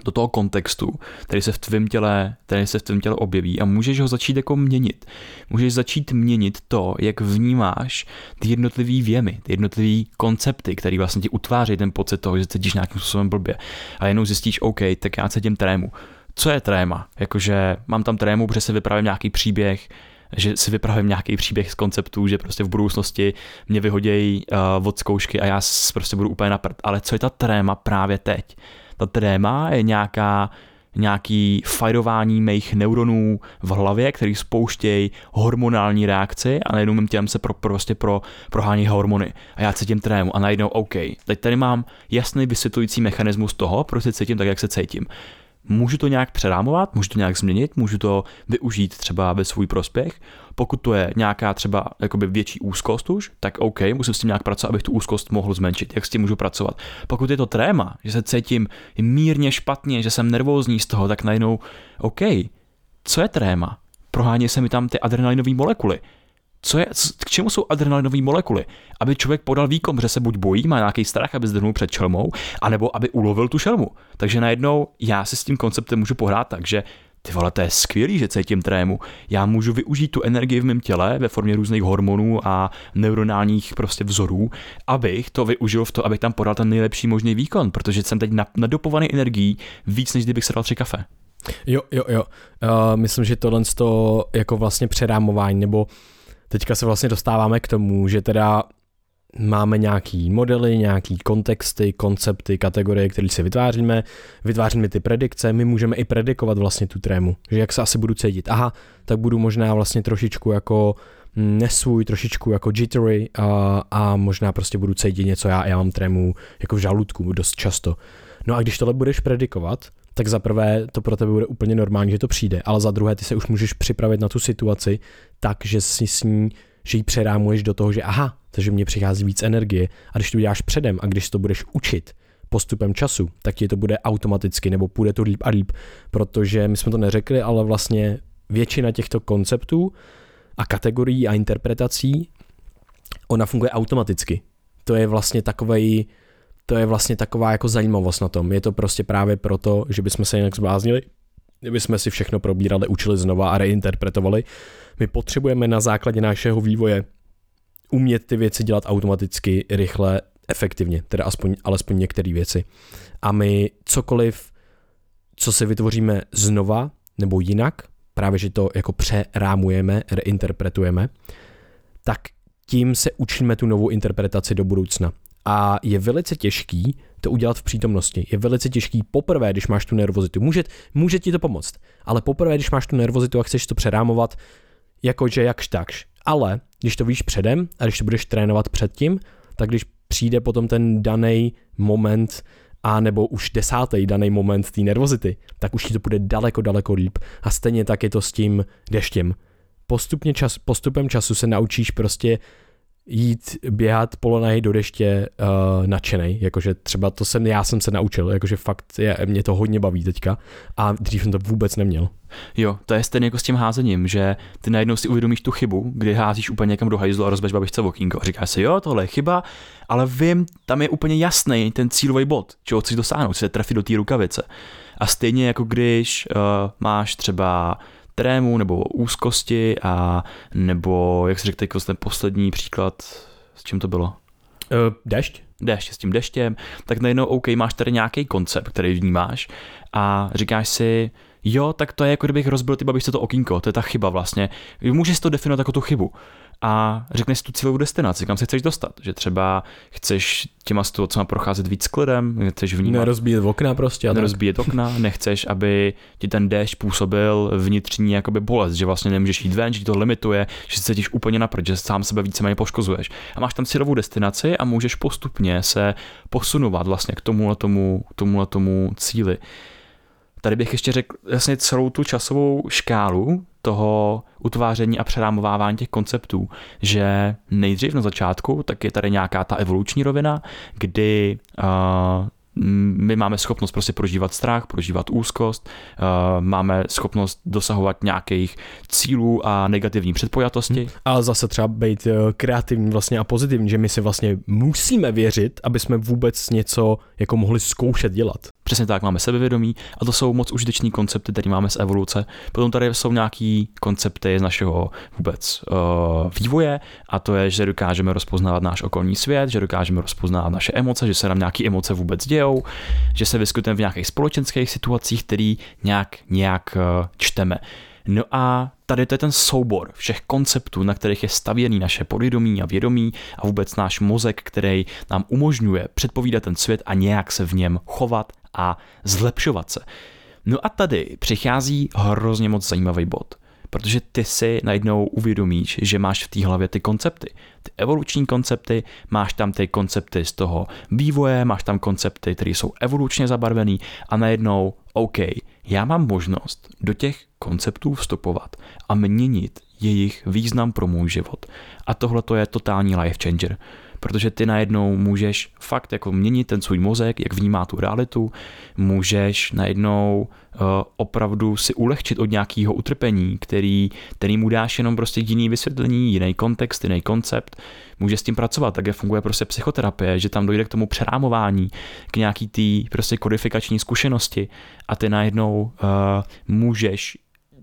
do toho kontextu, který se v tvém těle, který se v tvém těle objeví a můžeš ho začít jako měnit. Můžeš začít měnit to, jak vnímáš ty jednotlivý věmy, ty jednotlivý koncepty, které vlastně ti utváří ten pocit toho, že cítíš nějakým způsobem blbě. A jenom zjistíš, OK, tak já cítím trému. Co je tréma? Jakože mám tam trému, protože se vypravím nějaký příběh, že si vypravím nějaký příběh z konceptů, že prostě v budoucnosti mě vyhodějí uh, od zkoušky a já prostě budu úplně na prd. Ale co je ta tréma právě teď? Ta tréma je nějaká, nějaký fajrování mých neuronů v hlavě, který spouštějí hormonální reakci a najednou mým tělem se pro, prostě pro, prohání hormony. A já cítím trému a najednou OK. Teď tady mám jasný vysvětlující mechanismus toho, proč se cítím tak, jak se cítím. Můžu to nějak přerámovat, můžu to nějak změnit, můžu to využít třeba ve svůj prospěch. Pokud to je nějaká třeba jakoby větší úzkost už, tak OK, musím s tím nějak pracovat, abych tu úzkost mohl zmenšit. Jak s tím můžu pracovat? Pokud je to tréma, že se cítím mírně špatně, že jsem nervózní z toho, tak najednou OK, co je tréma? Prohání se mi tam ty adrenalinové molekuly. Co je, k čemu jsou adrenalinové molekuly? Aby člověk podal výkon, že se buď bojí, má nějaký strach, aby zdrhnul před šelmou, anebo aby ulovil tu šelmu. Takže najednou já si s tím konceptem můžu pohrát tak, že ty vole, to je skvělý, že cítím trému. Já můžu využít tu energii v mém těle ve formě různých hormonů a neuronálních prostě vzorů, abych to využil v to, abych tam podal ten nejlepší možný výkon, protože jsem teď nadopovaný energií víc, než kdybych se dal tři kafe. Jo, jo, jo. Uh, myslím, že tohle to jako vlastně přerámování, nebo teďka se vlastně dostáváme k tomu, že teda máme nějaký modely, nějaký kontexty, koncepty, kategorie, které si vytváříme, vytváříme ty predikce, my můžeme i predikovat vlastně tu trému, že jak se asi budu cítit. Aha, tak budu možná vlastně trošičku jako nesvůj, trošičku jako jittery a, a možná prostě budu cítit něco, já, já mám trému jako v žaludku dost často. No a když tohle budeš predikovat, tak za prvé to pro tebe bude úplně normální, že to přijde, ale za druhé ty se už můžeš připravit na tu situaci tak, že si s ní, že ji přerámuješ do toho, že aha, takže mně přichází víc energie a když to uděláš předem a když to budeš učit postupem času, tak ti to bude automaticky nebo půjde to líp a líp, protože my jsme to neřekli, ale vlastně většina těchto konceptů a kategorií a interpretací, ona funguje automaticky. To je vlastně takovej To je vlastně taková jako zajímavost na tom. Je to prostě právě proto, že bychom se jinak zbláznili, kdybychom si všechno probírali, učili znova a reinterpretovali. My potřebujeme na základě našeho vývoje umět ty věci dělat automaticky, rychle, efektivně, teda aspoň, alespoň některé věci. A my cokoliv, co si vytvoříme znova nebo jinak, právě že to jako přerámujeme, reinterpretujeme, tak tím se učíme tu novou interpretaci do budoucna. A je velice těžký to udělat v přítomnosti. Je velice těžký poprvé, když máš tu nervozitu. Může, může ti to pomoct, ale poprvé, když máš tu nervozitu a chceš to přerámovat, jakože jakž takž. Ale když to víš předem a když to budeš trénovat předtím, tak když přijde potom ten daný moment a nebo už desátý daný moment té nervozity, tak už ti to bude daleko, daleko líp. A stejně tak je to s tím deštěm. Postupně čas, postupem času se naučíš prostě jít běhat polonahý do deště uh, nadšenej, jakože třeba to jsem, já jsem se naučil, jakože fakt je, mě to hodně baví teďka a dřív jsem to vůbec neměl. Jo, to je stejně jako s tím házením, že ty najednou si uvědomíš tu chybu, kdy házíš úplně někam do hajzlu a rozbeš babičce okýnko a říkáš si, jo, tohle je chyba, ale vím, tam je úplně jasný ten cílový bod, čeho chceš dosáhnout, se trefit do té rukavice. A stejně jako když uh, máš třeba trému nebo úzkosti a nebo, jak jsi řekl, jako ten poslední příklad, s čím to bylo? Uh, dešť. Dešť, s tím deštěm, tak najednou OK, máš tady nějaký koncept, který vnímáš a říkáš si, jo, tak to je jako kdybych rozbil ty babičce to okýnko, to je ta chyba vlastně. Můžeš to definovat jako tu chybu. A řekneš si tu cílovou destinaci, kam se chceš dostat. Že třeba chceš těma situacemi procházet víc klidem, chceš vnímat. Nerozbíjet okna prostě. Nerozbíjet okna, nechceš, aby ti ten déšť působil vnitřní jakoby bolest, že vlastně nemůžeš jít ven, že ti to limituje, že se cítíš úplně na prd, že sám sebe víceméně poškozuješ. A máš tam cílovou destinaci a můžeš postupně se posunovat vlastně k tomuhle tomu, k tomuhle tomu cíli. Tady bych ještě řekl vlastně celou tu časovou škálu toho utváření a přerámovávání těch konceptů, že nejdřív na začátku tak je tady nějaká ta evoluční rovina, kdy uh, my máme schopnost prostě prožívat strach, prožívat úzkost, uh, máme schopnost dosahovat nějakých cílů a negativní předpojatosti. Hmm. Ale zase třeba být kreativní vlastně a pozitivní, že my si vlastně musíme věřit, aby jsme vůbec něco jako mohli zkoušet dělat. Přesně tak, máme sebevědomí a to jsou moc užitečný koncepty, které máme z evoluce. Potom tady jsou nějaký koncepty z našeho vůbec uh, vývoje a to je, že dokážeme rozpoznávat náš okolní svět, že dokážeme rozpoznávat naše emoce, že se nám nějaké emoce vůbec dějou, že se vyskytujeme v nějakých společenských situacích, který nějak, nějak uh, čteme. No a tady to je ten soubor všech konceptů, na kterých je stavěný naše podvědomí a vědomí a vůbec náš mozek, který nám umožňuje předpovídat ten svět a nějak se v něm chovat a zlepšovat se. No a tady přichází hrozně moc zajímavý bod, protože ty si najednou uvědomíš, že máš v té hlavě ty koncepty. Ty evoluční koncepty, máš tam ty koncepty z toho vývoje, máš tam koncepty, které jsou evolučně zabarvený a najednou, OK, já mám možnost do těch konceptů vstupovat a měnit jejich význam pro můj život. A tohle to je totální life changer. Protože ty najednou můžeš fakt jako měnit ten svůj mozek, jak vnímá tu realitu, můžeš najednou uh, opravdu si ulehčit od nějakého utrpení, který, který mu dáš jenom prostě jiný vysvětlení, jiný kontext, jiný koncept, můžeš s tím pracovat, tak funguje prostě psychoterapie, že tam dojde k tomu přerámování, k nějaký té prostě kodifikační zkušenosti a ty najednou uh, můžeš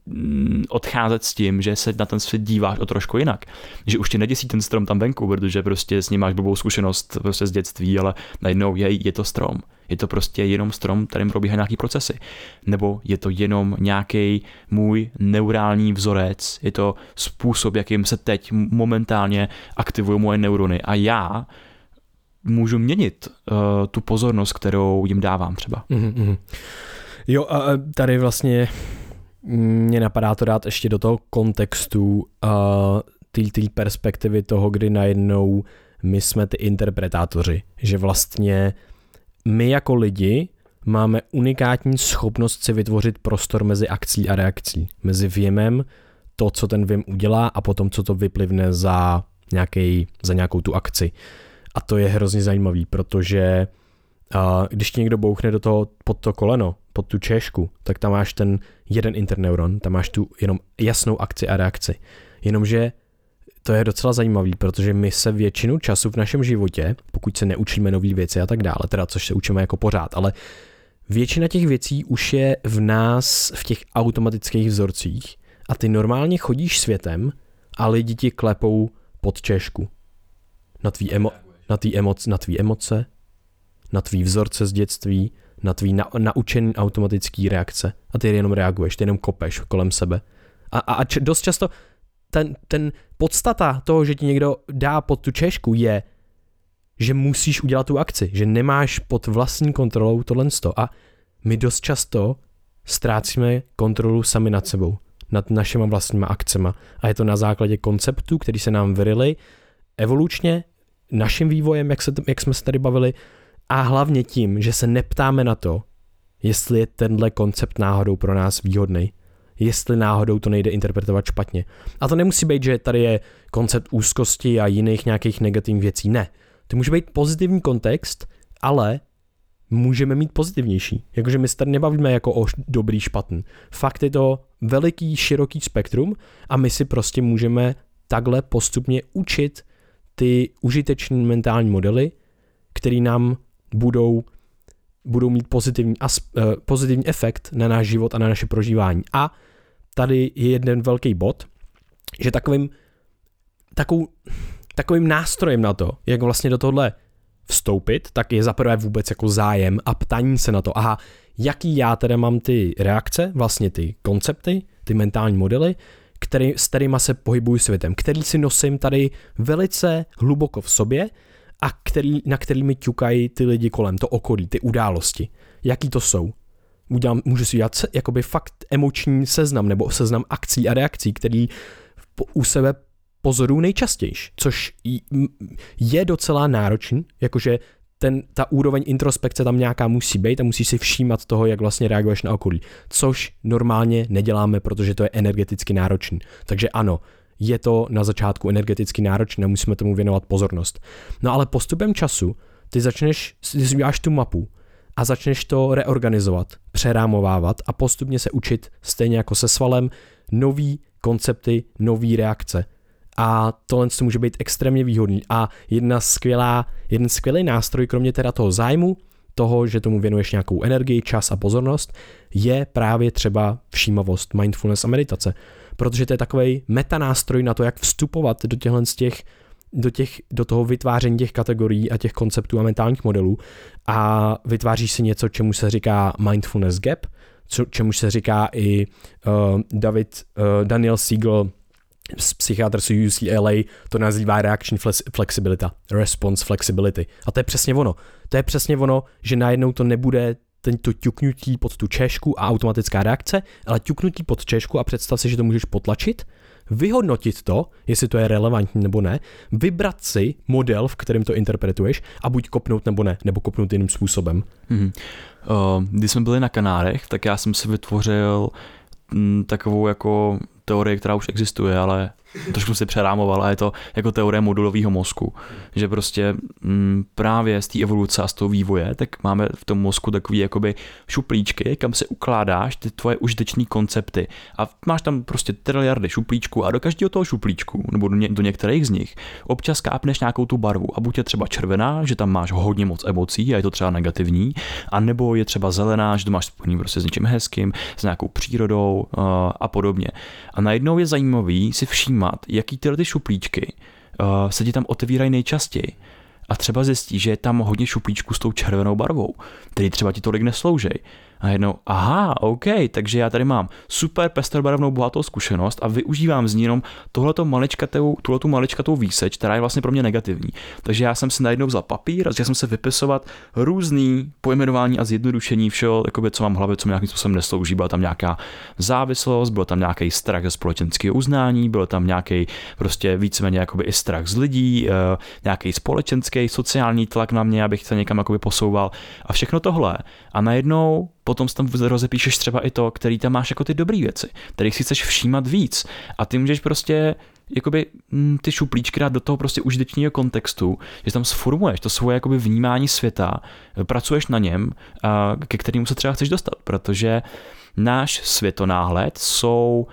odcházet s tím, že se na ten svět díváš o trošku jinak. Že už tě neděsí ten strom tam venku, protože prostě s ním máš blbou zkušenost prostě z dětství, ale najednou je, je to strom. Je to prostě jenom strom, kterým probíhají nějaký procesy. Nebo je to jenom nějaký můj neurální vzorec, je to způsob, jakým se teď momentálně aktivují moje neurony a já můžu měnit uh, tu pozornost, kterou jim dávám třeba. Mm-hmm. Jo, a tady vlastně mě napadá to dát ještě do toho kontextu uh, té perspektivy toho, kdy najednou my jsme ty interpretátoři, že vlastně my jako lidi máme unikátní schopnost si vytvořit prostor mezi akcí a reakcí, mezi věmem, to, co ten věm udělá a potom, co to vyplivne za, nějaký, za nějakou tu akci. A to je hrozně zajímavý, protože uh, když ti někdo bouchne do toho, pod to koleno, pod tu češku, tak tam máš ten jeden interneuron, tam máš tu jenom jasnou akci a reakci. Jenomže to je docela zajímavý, protože my se většinu času v našem životě, pokud se neučíme nové věci a tak dále, teda což se učíme jako pořád, ale většina těch věcí už je v nás v těch automatických vzorcích a ty normálně chodíš světem a lidi ti klepou pod češku. Na tvý, emo- na tvý, emoce, na tvý emoce, na tvý vzorce z dětství, na tvý na, naučený automatický reakce a ty jenom reaguješ, ty jenom kopeš kolem sebe. A, a, a č- dost často ten, ten podstata toho, že ti někdo dá pod tu češku je, že musíš udělat tu akci, že nemáš pod vlastní kontrolou tohle a my dost často ztrácíme kontrolu sami nad sebou, nad našima vlastníma akcema a je to na základě konceptů, který se nám vyrily evolučně, naším vývojem, jak, se, jak jsme se tady bavili, a hlavně tím, že se neptáme na to, jestli je tenhle koncept náhodou pro nás výhodný, jestli náhodou to nejde interpretovat špatně. A to nemusí být, že tady je koncept úzkosti a jiných nějakých negativních věcí. Ne. To může být pozitivní kontext, ale můžeme mít pozitivnější. Jakože my se tady nebavíme jako o dobrý, špatný. Fakt je to veliký, široký spektrum a my si prostě můžeme takhle postupně učit ty užitečné mentální modely, který nám budou, budou mít pozitivní, as, uh, pozitivní efekt na náš život a na naše prožívání. A tady je jeden velký bod, že takovým, takovou, takovým nástrojem na to, jak vlastně do tohle vstoupit, tak je zaprvé vůbec jako zájem a ptání se na to, aha, jaký já teda mám ty reakce, vlastně ty koncepty, ty mentální modely, který, s kterýma se pohybuju světem, který si nosím tady velice hluboko v sobě a který, na kterými ťukají ty lidi kolem, to okolí, ty události. Jaký to jsou? Udělám, můžu si udělat jakoby fakt emoční seznam nebo seznam akcí a reakcí, který u sebe pozoruju nejčastěji, což je docela náročný, jakože ten, ta úroveň introspekce tam nějaká musí být a musíš si všímat toho, jak vlastně reaguješ na okolí, což normálně neděláme, protože to je energeticky náročný. Takže ano, je to na začátku energeticky náročné, musíme tomu věnovat pozornost. No ale postupem času ty začneš, ty si uděláš tu mapu a začneš to reorganizovat, přerámovávat a postupně se učit stejně jako se svalem nový koncepty, nový reakce. A tohle to může být extrémně výhodný. A jedna skvělá, jeden skvělý nástroj, kromě teda toho zájmu, toho, že tomu věnuješ nějakou energii, čas a pozornost, je právě třeba všímavost, mindfulness a meditace. Protože to je takovej metanástroj na to, jak vstupovat do těchhle z těch, do, těch, do toho vytváření těch kategorií a těch konceptů a mentálních modelů a vytváříš si něco, čemu se říká mindfulness gap, co, čemu se říká i uh, David, uh, Daniel Siegel, psychiatr z U C L A, to nazývá reaction flexibilita, response flexibility. A to je přesně ono. To je přesně ono, že najednou to nebude tento ťuknutí pod tu češku a automatická reakce, ale ťuknutí pod češku a představ si, že to můžeš potlačit, vyhodnotit to, jestli to je relevantní nebo ne, vybrat si model, v kterém to interpretuješ a buď kopnout nebo ne, nebo kopnout jiným způsobem. Mm-hmm. Uh, když jsme byli na Kanárech, tak já jsem si vytvořil m, takovou jako teorie, která už existuje, ale trošku si přerámovala, je to jako teorie modulového mozku, že prostě m, právě z té evoluce a z toho vývoje, tak máme v tom mozku takový jakoby šuplíčky, kam se ukládáš ty tvoje užitečné koncepty a máš tam prostě triliardy šuplíčků a do každého toho šuplíčku, nebo do, ně, do některých z nich, občas kápneš nějakou tu barvu a buď je třeba červená, že tam máš hodně moc emocí a je to třeba negativní, a nebo je třeba zelená, že to máš spojený prostě s něčím hezkým, s nějakou přírodou uh, a podobně. A najednou je zajímavý si všímat, jaký tyhle ty šuplíčky uh, se ti tam otevírají nejčastěji. A třeba zjistí, že je tam hodně šuplíčků s tou červenou barvou, který třeba ti tolik nesloužej. A jednou, aha, OK, takže já tady mám super pestrobarevnou bohatou zkušenost a využívám z ní jenom tohleto maličkatou, tuhletu maličkatou výseč, která je vlastně pro mě negativní. Takže já jsem si najednou vzal papír a začal jsem se vypisovat různý pojmenování a zjednodušení všeho, jakoby, co mám v hlavě, co mi nějakým způsobem neslouží. Byla tam nějaká závislost, byl tam nějaký strach ze společenského uznání, byl tam nějaký prostě víceméně jakoby i strach z lidí, nějaký společenský, sociální tlak na mě, abych se někam jakoby posouval a všechno tohle. A najednou potom tam rozepíšeš třeba i to, který tam máš jako ty dobrý věci, kterých si chceš všímat víc. A ty můžeš prostě jakoby ty šuplíčky dát do toho prostě užitečného kontextu, že tam sformuješ to svoje jakoby vnímání světa, pracuješ na něm, a ke kterému se třeba chceš dostat, protože náš světonáhled jsou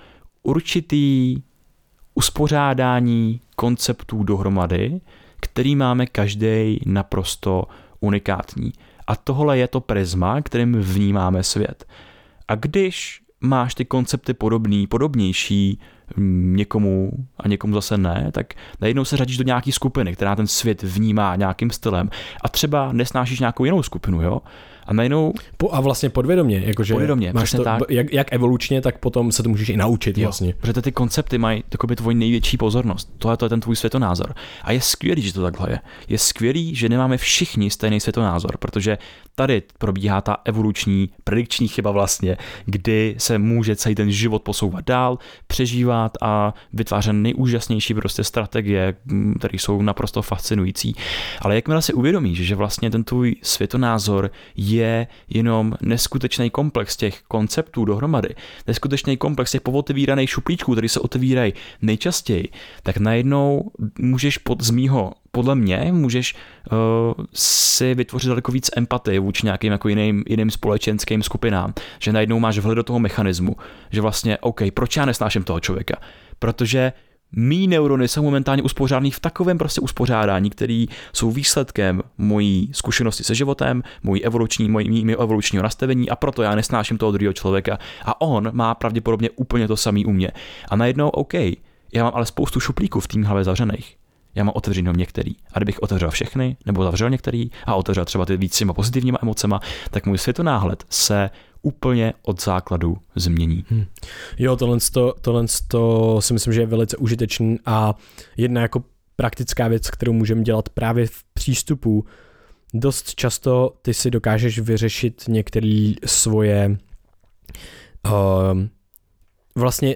určitý uspořádání konceptů dohromady, který máme každý naprosto unikátní. A tohle je to prisma, kterým vnímáme svět. A když máš ty koncepty podobný, podobnější někomu a někomu zase ne, tak najednou se řadíš do nějaký skupiny, která ten svět vnímá nějakým stylem a třeba nesnášíš nějakou jinou skupinu, jo? A najednou... Po, a vlastně podvědomě, jakože podvědomě, máš to, tak. Jak, jak evolučně, tak potom se to můžeš i naučit jo, vlastně. Protože ty koncepty mají takový tvoji největší pozornost. Tohle to je ten tvůj světonázor. A je skvělý, že to takhle je. Je skvělý, že nemáme všichni stejný světonázor, protože tady probíhá ta evoluční predikční chyba vlastně, kdy se může celý ten život posouvat dál, přežívat a vytvářet nejúžasnější prostě strategie, které jsou naprosto fascinující. Ale jakmile si uvědomíš, že vlastně ten tvůj světonázor je je jenom neskutečný komplex těch konceptů dohromady, neskutečný komplex těch povotevíraných šuplíčků, které se otevírají nejčastěji, tak najednou můžeš pod, z mýho, podle mě, můžeš uh, si vytvořit daleko víc empatie vůči nějakým jako jiným, jiným společenským skupinám, že najednou máš vhled do toho mechanismu, že vlastně, OK, proč já nesnáším toho člověka? Protože mý neurony jsou momentálně uspořádaný v takovém prostě uspořádání, který jsou výsledkem mojí zkušenosti se životem, mojí evoluční, mojí, mého evolučního nastavení a proto já nesnáším toho druhého člověka a on má pravděpodobně úplně to samý u mě. A najednou, OK, já mám ale spoustu šuplíků v tým hlavě zavřených. Já mám otevřený některý. A kdybych otevřel všechny, nebo zavřel některý a otevřel třeba ty víc těma pozitivníma emocema, tak můj světonáhled se úplně od základu změní. Hmm. Jo, tohle, tohle si myslím, že je velice užitečný a jedna jako praktická věc, kterou můžeme dělat právě v přístupu. Dost často ty si dokážeš vyřešit některé svoje uh, vlastně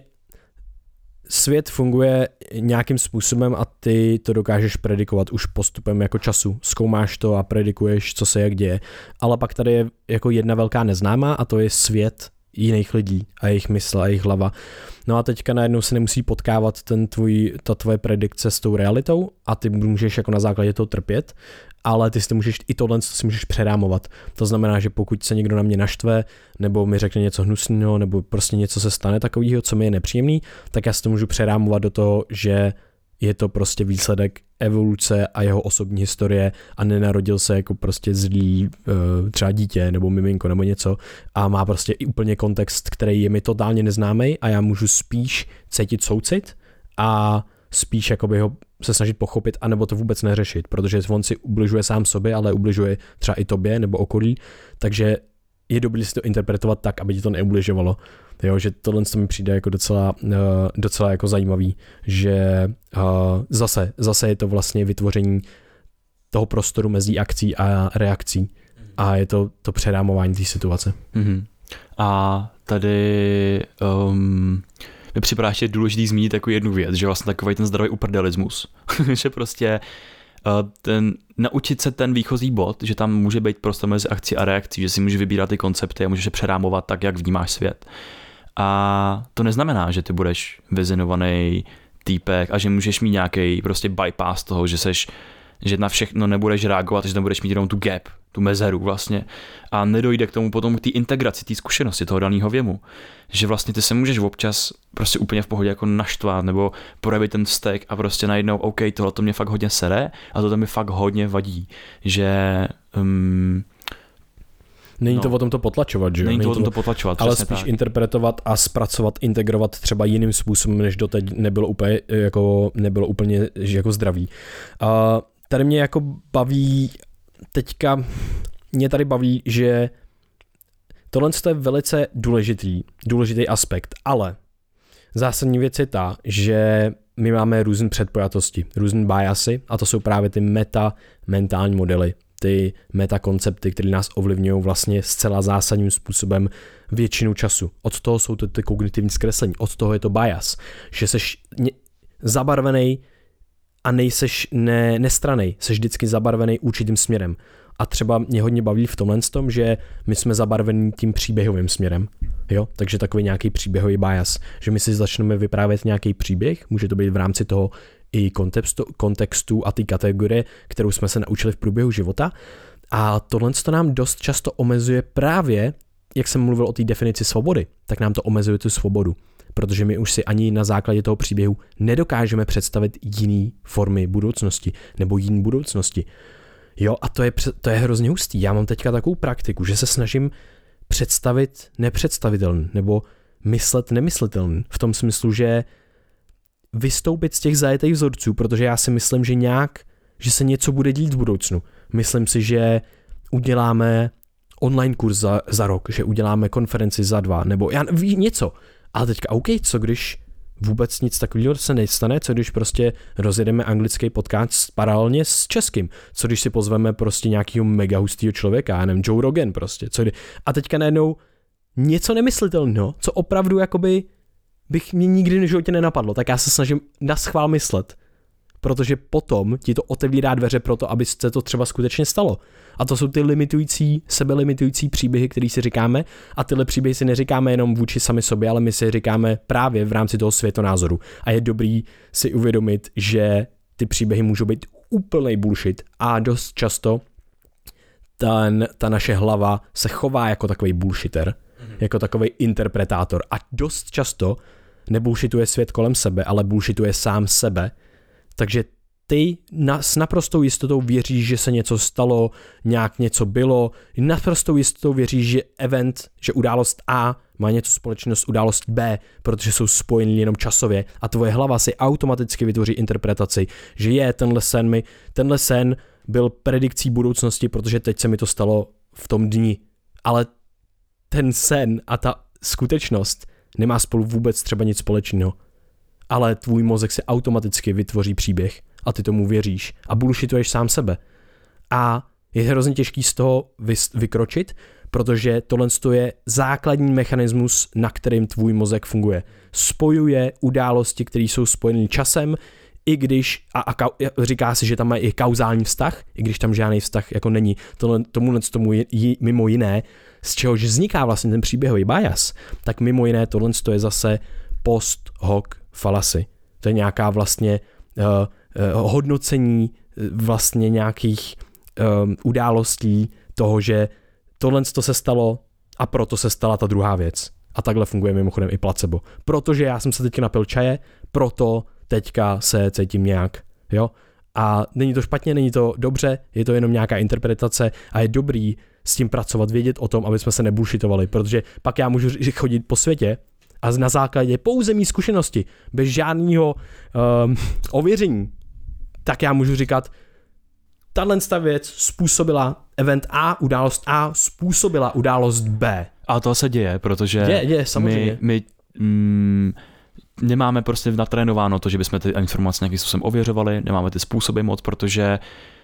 svět funguje nějakým způsobem a ty to dokážeš predikovat už postupem jako času. Zkoumáš to a predikuješ, co se jak děje. Ale pak tady je jako jedna velká neznámá a to je svět jiných lidí a jejich mysl a jejich hlava. No a teďka najednou se nemusí potkávat ten tvůj, ta tvoje predikce s tou realitou a ty můžeš jako na základě toho trpět, ale ty si to můžeš, i tohle si můžeš přerámovat. To znamená, že pokud se někdo na mě naštve, nebo mi řekne něco hnusného, nebo prostě něco se stane takového, co mi je nepříjemný, tak já si to můžu přerámovat do toho, že je to prostě výsledek evoluce a jeho osobní historie a nenarodil se jako prostě zlý třeba dítě nebo miminko nebo něco a má prostě i úplně kontext, který je mi totálně neznámý a já můžu spíš cítit soucit a spíš jakoby ho se snažit pochopit, anebo to vůbec neřešit, protože on si ubližuje sám sobě, ale ubližuje třeba i tobě nebo okolí, takže je dobré si to interpretovat tak, aby ti to neubližovalo. Jo, že tohle mi přijde jako docela, uh, docela jako zajímavý, že uh, zase, zase je to vlastně vytvoření toho prostoru mezi akcí a reakcí a je to to předámování té situace. Mm-hmm. A tady um, mi připadá ještě důležitý zmínit jako jednu věc, že vlastně takový ten zdravý uprdelismus, že prostě uh, ten, naučit se ten výchozí bod, že tam může být prostor mezi akcí a reakcí, že si můžeš vybírat ty koncepty a můžeš je předámovat tak, jak vnímáš svět. A to neznamená, že ty budeš vyzinovaný týpek a že můžeš mít nějaký prostě bypass toho, že seš, že na všechno nebudeš reagovat, že tam budeš mít jenom tu gap, tu mezeru vlastně a nedojde k tomu potom k té integraci, té zkušenosti toho daného věmu. Že vlastně ty se můžeš občas prostě úplně v pohodě jako naštvat nebo projevit ten vztek a prostě najednou OK, tohle to mě fakt hodně sere a to mi fakt hodně vadí, že um, Není no. to o tom to potlačovat, že jo? Není to Není o tom to potlačovat, ale spíš tak. interpretovat a zpracovat, integrovat třeba jiným způsobem, než doteď nebylo úplně jako, nebylo úplně jako zdravý. A tady mě jako baví, teďka mě tady baví, že tohle je velice důležitý, důležitý aspekt, ale zásadní věc je ta, že my máme různé předpojatosti, různé biasy a to jsou právě ty meta mentální modely, ty metakoncepty, které nás ovlivňují vlastně zcela zásadním způsobem většinu času. Od toho jsou to ty kognitivní zkreslení, od toho je to bias, že seš zabarvený a nejseš ne, nestranej, seš vždycky zabarvený určitým směrem. A třeba mě hodně baví v tomhle tom, že my jsme zabarvení tím příběhovým směrem. Jo? Takže takový nějaký příběhový bias, že my si začneme vyprávět nějaký příběh, může to být v rámci toho i kontextu, kontextu a ty kategorie, kterou jsme se naučili v průběhu života. A tohle to nám dost často omezuje právě, jak jsem mluvil o té definici svobody, tak nám to omezuje tu svobodu. Protože my už si ani na základě toho příběhu nedokážeme představit jiný formy budoucnosti nebo jiný budoucnosti. Jo, a to je, to je hrozně hustý. Já mám teďka takovou praktiku, že se snažím představit nepředstavitelný nebo myslet nemyslitelný. V tom smyslu, že vystoupit z těch zajetých vzorců, protože já si myslím, že nějak, že se něco bude dít v budoucnu. Myslím si, že uděláme online kurz za, za rok, že uděláme konferenci za dva, nebo já ví něco. Ale teďka OK, co když vůbec nic takového se nestane, co když prostě rozjedeme anglický podcast paralelně s českým, co když si pozveme prostě nějakýho mega hustýho člověka, já nevím, Joe Rogan prostě, co kdy... A teďka najednou něco nemyslitelného, co opravdu jakoby bych mě nikdy v životě nenapadlo, tak já se snažím naschvál myslet, protože potom ti to otevírá dveře pro to, aby se to třeba skutečně stalo. A to jsou ty limitující, sebelimitující příběhy, které si říkáme a tyhle příběhy si neříkáme jenom vůči sami sobě, ale my si říkáme právě v rámci toho světonázoru. A je dobrý si uvědomit, že ty příběhy můžou být úplnej bullshit a dost často ten, ta naše hlava se chová jako takový bullshitter, mm-hmm. jako takový interpretátor a dost často nebullshituje svět kolem sebe, ale bullshituje sám sebe. Takže ty na, s naprostou jistotou věříš, že se něco stalo, nějak něco bylo, naprostou jistotou věříš, že event, že událost A má něco společného s událostí B, protože jsou spojeny jenom časově a tvoje hlava si automaticky vytvoří interpretaci, že je tenhle sen mi, tenhle sen byl predikcí budoucnosti, protože teď se mi to stalo v tom dni, ale ten sen a ta skutečnost nemá spolu vůbec třeba nic společného. Ale tvůj mozek si automaticky vytvoří příběh a ty tomu věříš a bullshituješ sám sebe. A je hrozně těžký z toho vykročit, protože tohle je základní mechanismus, na kterým tvůj mozek funguje. Spojuje události, které jsou spojeny časem, i když, a, a říká si, že tam má i kauzální vztah, i když tam žádný vztah jako není. Tohle, tomuhle tomu je, je, mimo jiné, z čehož vzniká vlastně ten příběhový bias, tak mimo jiné tohle je zase post hoc fallacy. To je nějaká vlastně uh, uh, hodnocení uh, vlastně nějakých um, událostí toho, že tohle to se stalo a proto se stala ta druhá věc. A takhle funguje mimochodem i placebo. Protože já jsem se teď napil čaje, proto teďka se cítím nějak, jo. A není to špatně, není to dobře, je to jenom nějaká interpretace a je dobrý s tím pracovat, vědět o tom, aby jsme se nebullshitovali, protože pak já můžu chodit po světě a na základě pouze mý zkušenosti, bez žádného um, ověření, tak já můžu říkat, tahle věc způsobila event A, událost A, způsobila událost B. A to se děje, protože děje, děje, samozřejmě. my, my mm, nemáme prostě natrénováno to, že bychom ty informace nějakým způsobem ověřovali, nemáme ty způsoby moc, protože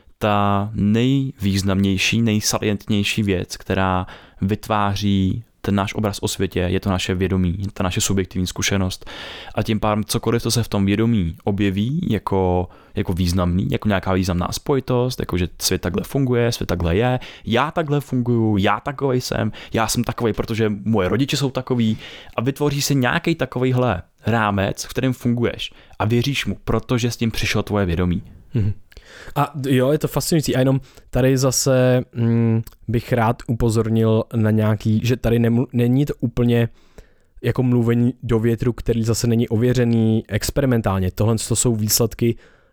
ta nejvýznamnější, nejsalientnější věc, která vytváří ten náš obraz o světě, je to naše vědomí, ta naše subjektivní zkušenost. A tím pádem cokoliv, co se v tom vědomí objeví jako, jako významný, jako nějaká významná spojitost, jako že svět takhle funguje, svět takhle je, já takhle funguju, já takovej jsem, já jsem takovej, protože moje rodiče jsou takový a vytvoří se nějaký takovejhle rámec, v kterém funguješ a věříš mu, protože s tím přišlo tvoje vědomí. Mhm. A jo, je to fascinující a jenom tady zase mm, bych rád upozornil na nějaký, že tady nemlu, není to úplně jako mluvení do větru, který zase není ověřený experimentálně. Tohle to jsou výsledky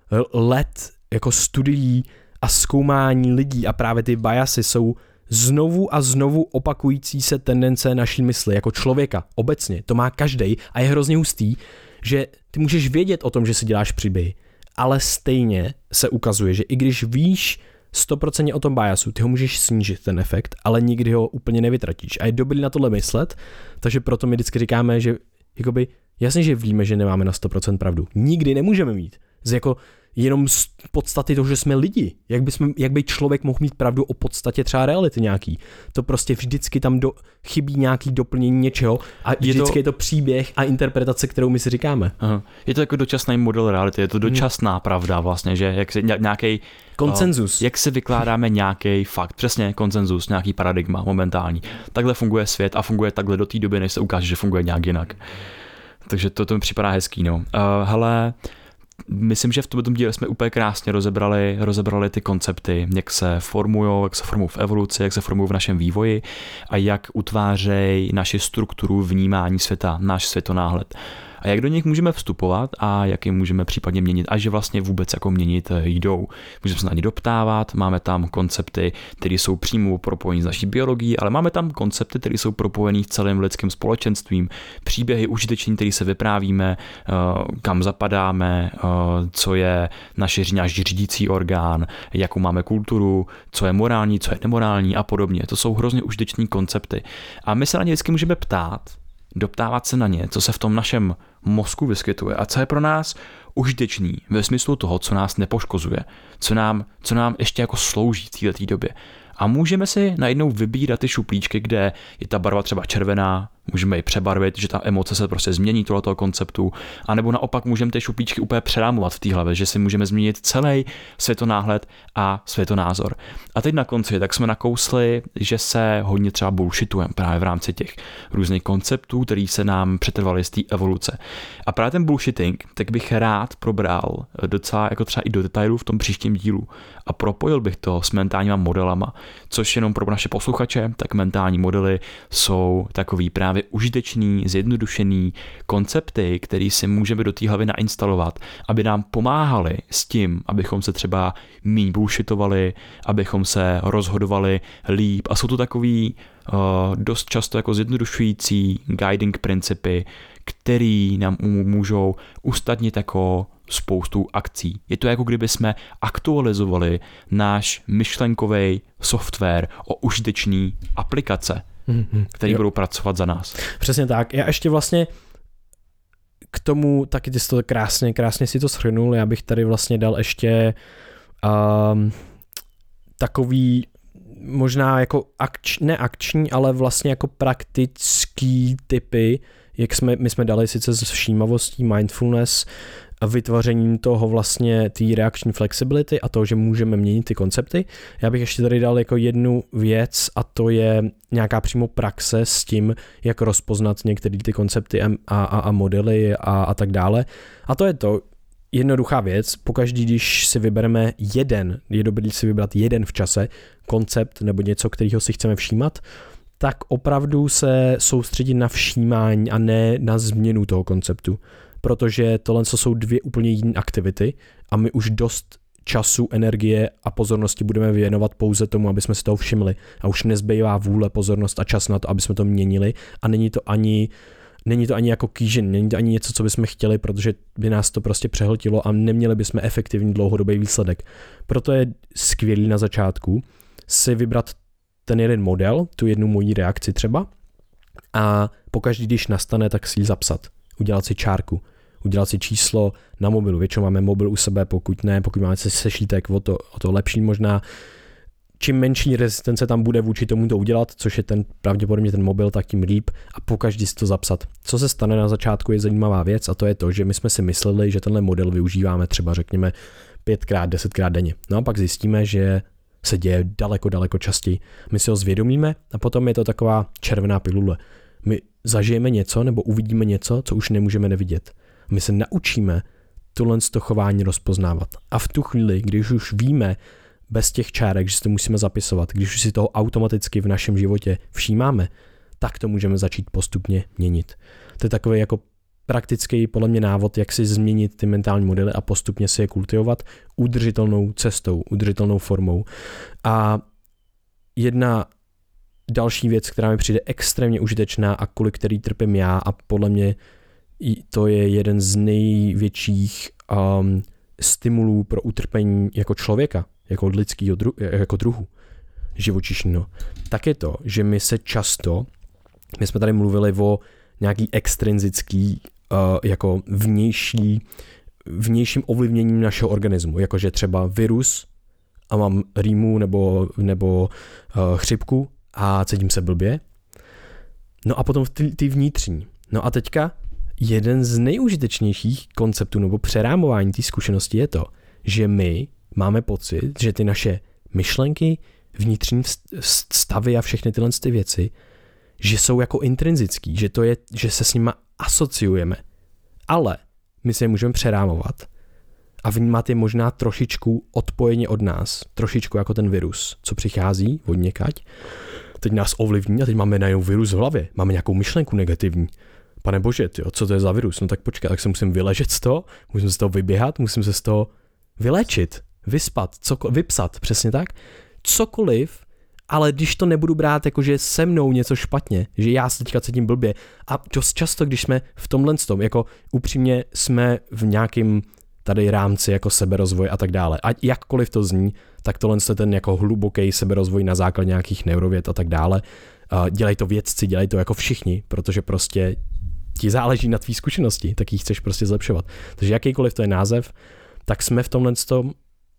let jako studií a zkoumání lidí a právě ty biasy jsou znovu a znovu opakující se tendence naší mysli jako člověka obecně. To má každej a je hrozně hustý, že ty můžeš vědět o tom, že si děláš příběhy, ale stejně se ukazuje, že i když víš sto procent o tom biasu, ty ho můžeš snížit ten efekt, ale nikdy ho úplně nevytratíš. A je dobrý na tohle myslet, takže proto my vždycky říkáme, že jakoby, jasně, že víme, že nemáme na sto procent pravdu. Nikdy nemůžeme mít. Z jako jenom z podstaty toho, že jsme lidi. Jak by, jsme, jak by člověk mohl mít pravdu o podstatě třeba reality nějaký. To prostě vždycky tam do, chybí nějaký doplnění něčeho a je vždycky to, je to příběh a interpretace, kterou my si říkáme. Aha. Je to jako dočasný model reality, je to dočasná hmm. pravda vlastně, že jak si nějaký konsenzus. Jak si vykládáme nějaký fakt, přesně konsenzus, nějaký paradigma momentální. Takhle funguje svět a funguje takhle do té doby, než se ukáže, že funguje nějak jinak. Takže to, to mi připadá hezký, no. Uh, hele, myslím, že v tomto díle jsme úplně krásně rozebrali, rozebrali ty koncepty, jak se formují, jak se formují v evoluci, jak se formují v našem vývoji a jak utvářejí naši strukturu vnímání světa, náš světonáhled. A jak do nich můžeme vstupovat a jak je můžeme případně měnit a že vlastně vůbec jako měnit jdou. Můžeme se na ně doptávat, máme tam koncepty, které jsou přímo propojení s naší biologií, ale máme tam koncepty, které jsou propojené s celým lidským společenstvím, příběhy užiteční, které se vyprávíme, kam zapadáme, co je naše, náš řídící orgán, jakou máme kulturu, co je morální, co je nemorální a podobně. To jsou hrozně užiteční koncepty. A my se na ně vždycky můžeme ptát, doptávat se na ně, co se v tom našem mozku vyskytuje a co je pro nás užitečný ve smyslu toho, co nás nepoškozuje, co nám, co nám ještě jako slouží v této době. A můžeme si najednou vybírat ty šuplíčky, kde je ta barva třeba červená, můžeme ji přebarvit, že ta emoce se prostě změní tohoto konceptu, anebo naopak můžeme ty šuplíčky úplně přerámovat v té hlavě, že si můžeme změnit celý světonáhled a světonázor. A teď na konci tak jsme nakousli, že se hodně třeba bullshitujeme právě v rámci těch různých konceptů, který se nám přetrvaly z té evoluce. A právě ten bullshitting, tak bych rád probral docela jako třeba i do detailů v tom příštím dílu a propojil bych to s mentálníma modelama, což jenom pro naše posluchače, tak mentální modely jsou takový právě užitečný, zjednodušený koncepty, které si můžeme do té hlavy nainstalovat, aby nám pomáhali s tím, abychom se třeba míň bullshitovali, abychom se rozhodovali líp. A jsou to takový uh, dost často jako zjednodušující guiding principy, který nám můžou usnadnit jako spoustu akcí. Je to jako kdyby jsme aktualizovali náš myšlenkový software o užitečný aplikace, mm-hmm. který jo. budou pracovat za nás. Přesně tak. Já ještě vlastně k tomu, taky ty jsi to krásně, krásně si to shrnul, já bych tady vlastně dal ještě um, takový možná jako akč, ne akční, ale vlastně jako praktický typy, jak jsme, my jsme dali sice s všímavostí, mindfulness, a vytvořením toho vlastně té reakční flexibility a toho, že můžeme měnit ty koncepty. Já bych ještě tady dal jako jednu věc a to je nějaká přímo praxe s tím, jak rozpoznat některé ty koncepty a, a, a modely a, a tak dále. A to je to, jednoduchá věc, pokaždý, když si vybereme jeden, je dobrý si vybrat jeden v čase, koncept nebo něco, kterého si chceme všímat, tak opravdu se soustředit na všímání a ne na změnu toho konceptu. protože tohle jsou dvě úplně jiné aktivity a my už dost času, energie a pozornosti budeme věnovat pouze tomu, aby jsme si toho všimli a už nezbývá vůle, pozornost a čas na to, aby jsme to měnili a není to ani Není to ani jako kýžin, není to ani něco, co bychom chtěli, protože by nás to prostě přehltilo a neměli bychom efektivní dlouhodobý výsledek. Proto je skvělý na začátku si vybrat ten jeden model, tu jednu moji reakci třeba a pokaždý, když nastane, tak si ji zapsat. Udělat si čárku, udělat si číslo na mobilu. Většinou máme mobil u sebe, pokud ne, pokud máme sešítek, o to, o to lepší možná. Čím menší rezistence tam bude vůči tomu to udělat, což je ten pravděpodobně ten mobil, tak tím líp a pokaždý si to zapsat. Co se stane na začátku je zajímavá věc a to je to, že my jsme si mysleli, že tenhle model využíváme třeba řekněme pětkrát, desetkrát denně. No a pak zjistíme, že se děje daleko, daleko častěji. My si ho zvědomíme a potom je to taková červená pilule. My zažijeme něco nebo uvidíme něco, co už nemůžeme nevidět. My se naučíme tohle z toho chování rozpoznávat. A v tu chvíli, když už víme, bez těch čárek, že si to musíme zapisovat, když už si toho automaticky v našem životě všímáme, tak to můžeme začít postupně měnit. To je takový jako praktický podle mě návod, jak si změnit ty mentální modely a postupně si je kultivovat udržitelnou cestou, udržitelnou formou. A jedna další věc, která mi přijde extrémně užitečná a kvůli který trpím já a podle mě to je jeden z největších um, stimulů pro utrpení jako člověka, jako lidského dru, jako druhu živočišného, tak je to, že my se často, my jsme tady mluvili o nějaký extrinzický, uh, jako vnější, vnějším ovlivněním našeho organismu, jakože třeba virus a mám rýmu nebo, nebo uh, chřipku a cítím se blbě. No a potom ty, ty vnitřní. No a teďka jeden z nejužitečnějších konceptů nebo přerámování té zkušenosti je to, že my máme pocit, že ty naše myšlenky, vnitřní stavy a všechny tyhle ty věci, že jsou jako intrinzický, že to je, že se s nima asociujeme. Ale my se je můžeme přerámovat a vnímat je možná trošičku odpojeně od nás, trošičku jako ten virus, co přichází od někať. Teď nás ovlivní a teď máme najednou virus v hlavě, máme nějakou myšlenku negativní. Pane bože, tyjo, co to je za virus? No tak počkat, tak se musím vyležet z toho, musím se z toho vyběhat, musím se z toho vyléčit, vyspat, cokoliv, vypsat, přesně tak. Cokoliv, ale když to nebudu brát jako, že se mnou něco špatně, že já se teďka cítím blbě a dost často, když jsme v tomhle tom, jako upřímně jsme v nějakým tady rámci jako seberozvoj a tak dále. A jakkoliv to zní, tak tohle je ten jako hluboký seberozvoj na základě nějakých neurověd a tak dále. Dělají to vědci, dělají to jako všichni, protože prostě ti záleží na tvý zkušenosti, tak ji chceš prostě zlepšovat. Takže jakýkoliv to je název, tak jsme v tomhle tom, uh,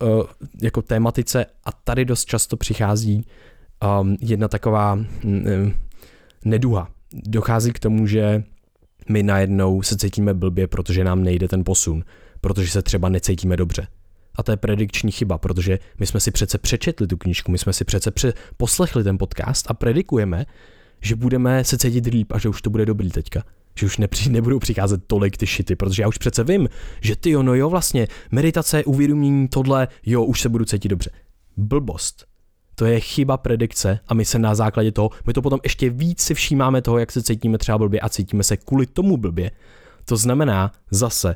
jako tématice a tady dost často přichází um, jedna taková um, neduha. Dochází k tomu, že my najednou se cítíme blbě, protože nám nejde ten posun, protože se třeba necítíme dobře. A to je predikční chyba, protože my jsme si přece přečetli tu knížku, my jsme si přece pře- poslechli ten podcast a predikujeme, že budeme se cítit líp a že už to bude dobrý teďka. Že už nepři- nebudou přicházet tolik ty šity, protože já už přece vím, že ty jo, no jo, vlastně meditace, uvědomění, tohle, jo, už se budu cítit dobře. Blbost. To je chyba predikce a my se na základě toho, my to potom ještě víc si všímáme toho, jak se cítíme třeba blbě a cítíme se kvůli tomu blbě. To znamená zase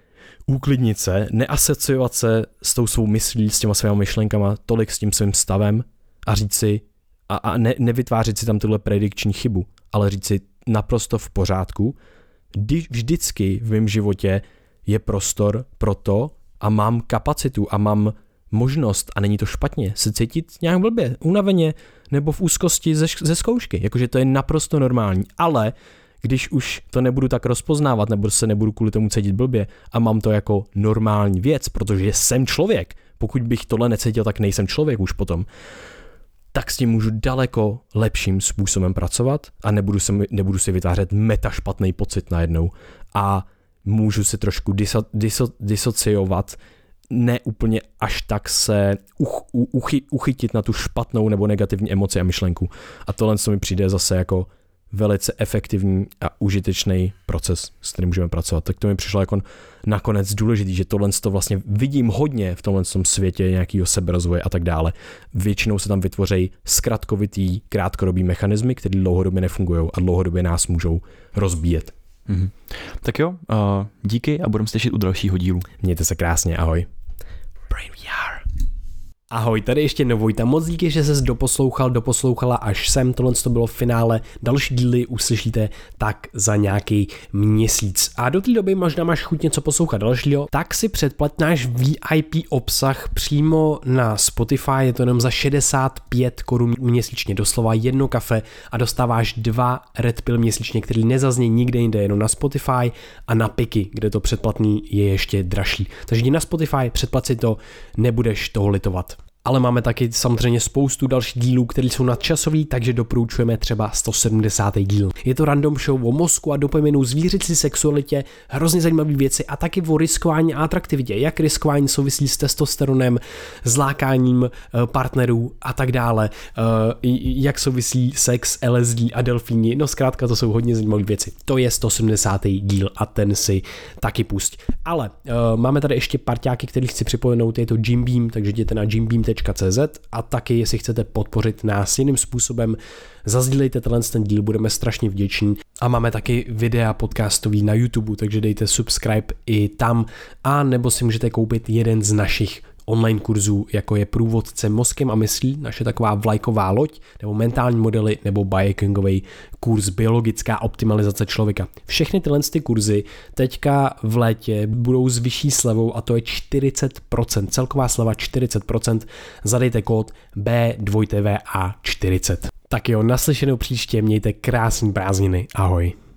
uklidnit se, neasociovat se s tou svou myslí, s těma svými myšlenkama, tolik s tím svým stavem a říct si, a, a ne, nevytvářet si tam tuhle predikční chybu, ale říct si naprosto v pořádku, když vždycky v mém životě je prostor pro to a mám kapacitu a mám možnost a není to špatně se cítit nějak blbě, unaveně nebo v úzkosti ze, ze zkoušky, jakože to je naprosto normální, ale když už to nebudu tak rozpoznávat nebo se nebudu kvůli tomu cítit blbě a mám to jako normální věc, protože jsem člověk, pokud bych tohle necítil, tak nejsem člověk už potom, tak s tím můžu daleko lepším způsobem pracovat a nebudu, se, nebudu si vytvářet meta špatný pocit najednou a můžu si trošku diso, diso, disociovat, ne úplně až tak se uch, uchy, uchytit na tu špatnou nebo negativní emoci a myšlenku. A tohle co mi přijde zase jako velice efektivní a užitečný proces, s kterým můžeme pracovat. Tak to mi přišlo jako nakonec důležitý, že tohle to vlastně vidím hodně v tomhle tom světě nějakého seberozvoje a tak dále. Většinou se tam vytvoří zkratkovitý, krátkodobý mechanismy, které dlouhodobě nefungují a dlouhodobě nás můžou rozbíjet. Mm-hmm. Tak jo, uh, díky a budeme se těšit u dalšího dílu. Mějte se krásně, ahoj. Brain V R. Ahoj, tady ještě Novojta, moc díky, že ses doposlouchal, doposlouchala až sem, tohle to bylo finále, další díly uslyšíte tak za nějaký měsíc. A do té doby možná máš chuť něco poslouchat dalšího, tak si předplať náš V I P obsah přímo na Spotify, je to jenom za šedesát pět korun měsíčně, doslova jedno kafe a dostáváš dva Red Pill měsíčně, který nezazní nikde jinde, jenom na Spotify a na Piky, kde to předplatný je ještě dražší. Takže jdi na Spotify, předplat si to, nebudeš toho litovat. Ale máme taky samozřejmě spoustu dalších dílů, které jsou nadčasový, takže doporučujeme třeba sto sedmdesátý díl. Je to random show o mozku a dopaminu, zvířecí sexualitě, hrozně zajímavé věci a taky o riskování a atraktivitě, jak riskování souvisí s testosteronem, s lákáním partnerů a tak dále, jak souvisí sex, L S D a delfíni, no zkrátka to jsou hodně zajímavé věci. To je sto sedmdesátý díl a ten si taky pusť. Ale máme tady ještě parťáky, který chci připomenout, je to Jim Beam, takže jděte na jimbeam tečka cé zet a taky, jestli chcete podpořit nás jiným způsobem, zazdílejte tenhle ten díl, budeme strašně vděční. A máme taky videa podcastový na YouTube, takže dejte subscribe i tam, a nebo si můžete koupit jeden z našich online kurzů, jako je Průvodce mozkem a myslí, naše taková vlajková loď, nebo mentální modely, nebo biohackingový kurz Biologická optimalizace člověka. Všechny tyhle ty kurzy teďka v létě budou s vyšší slevou a to je čtyřicet procent, celková sleva čtyřicet procent, zadejte kód B dva V A čtyřicet. Tak jo, naslyšenou příště, mějte krásný prázdniny, ahoj.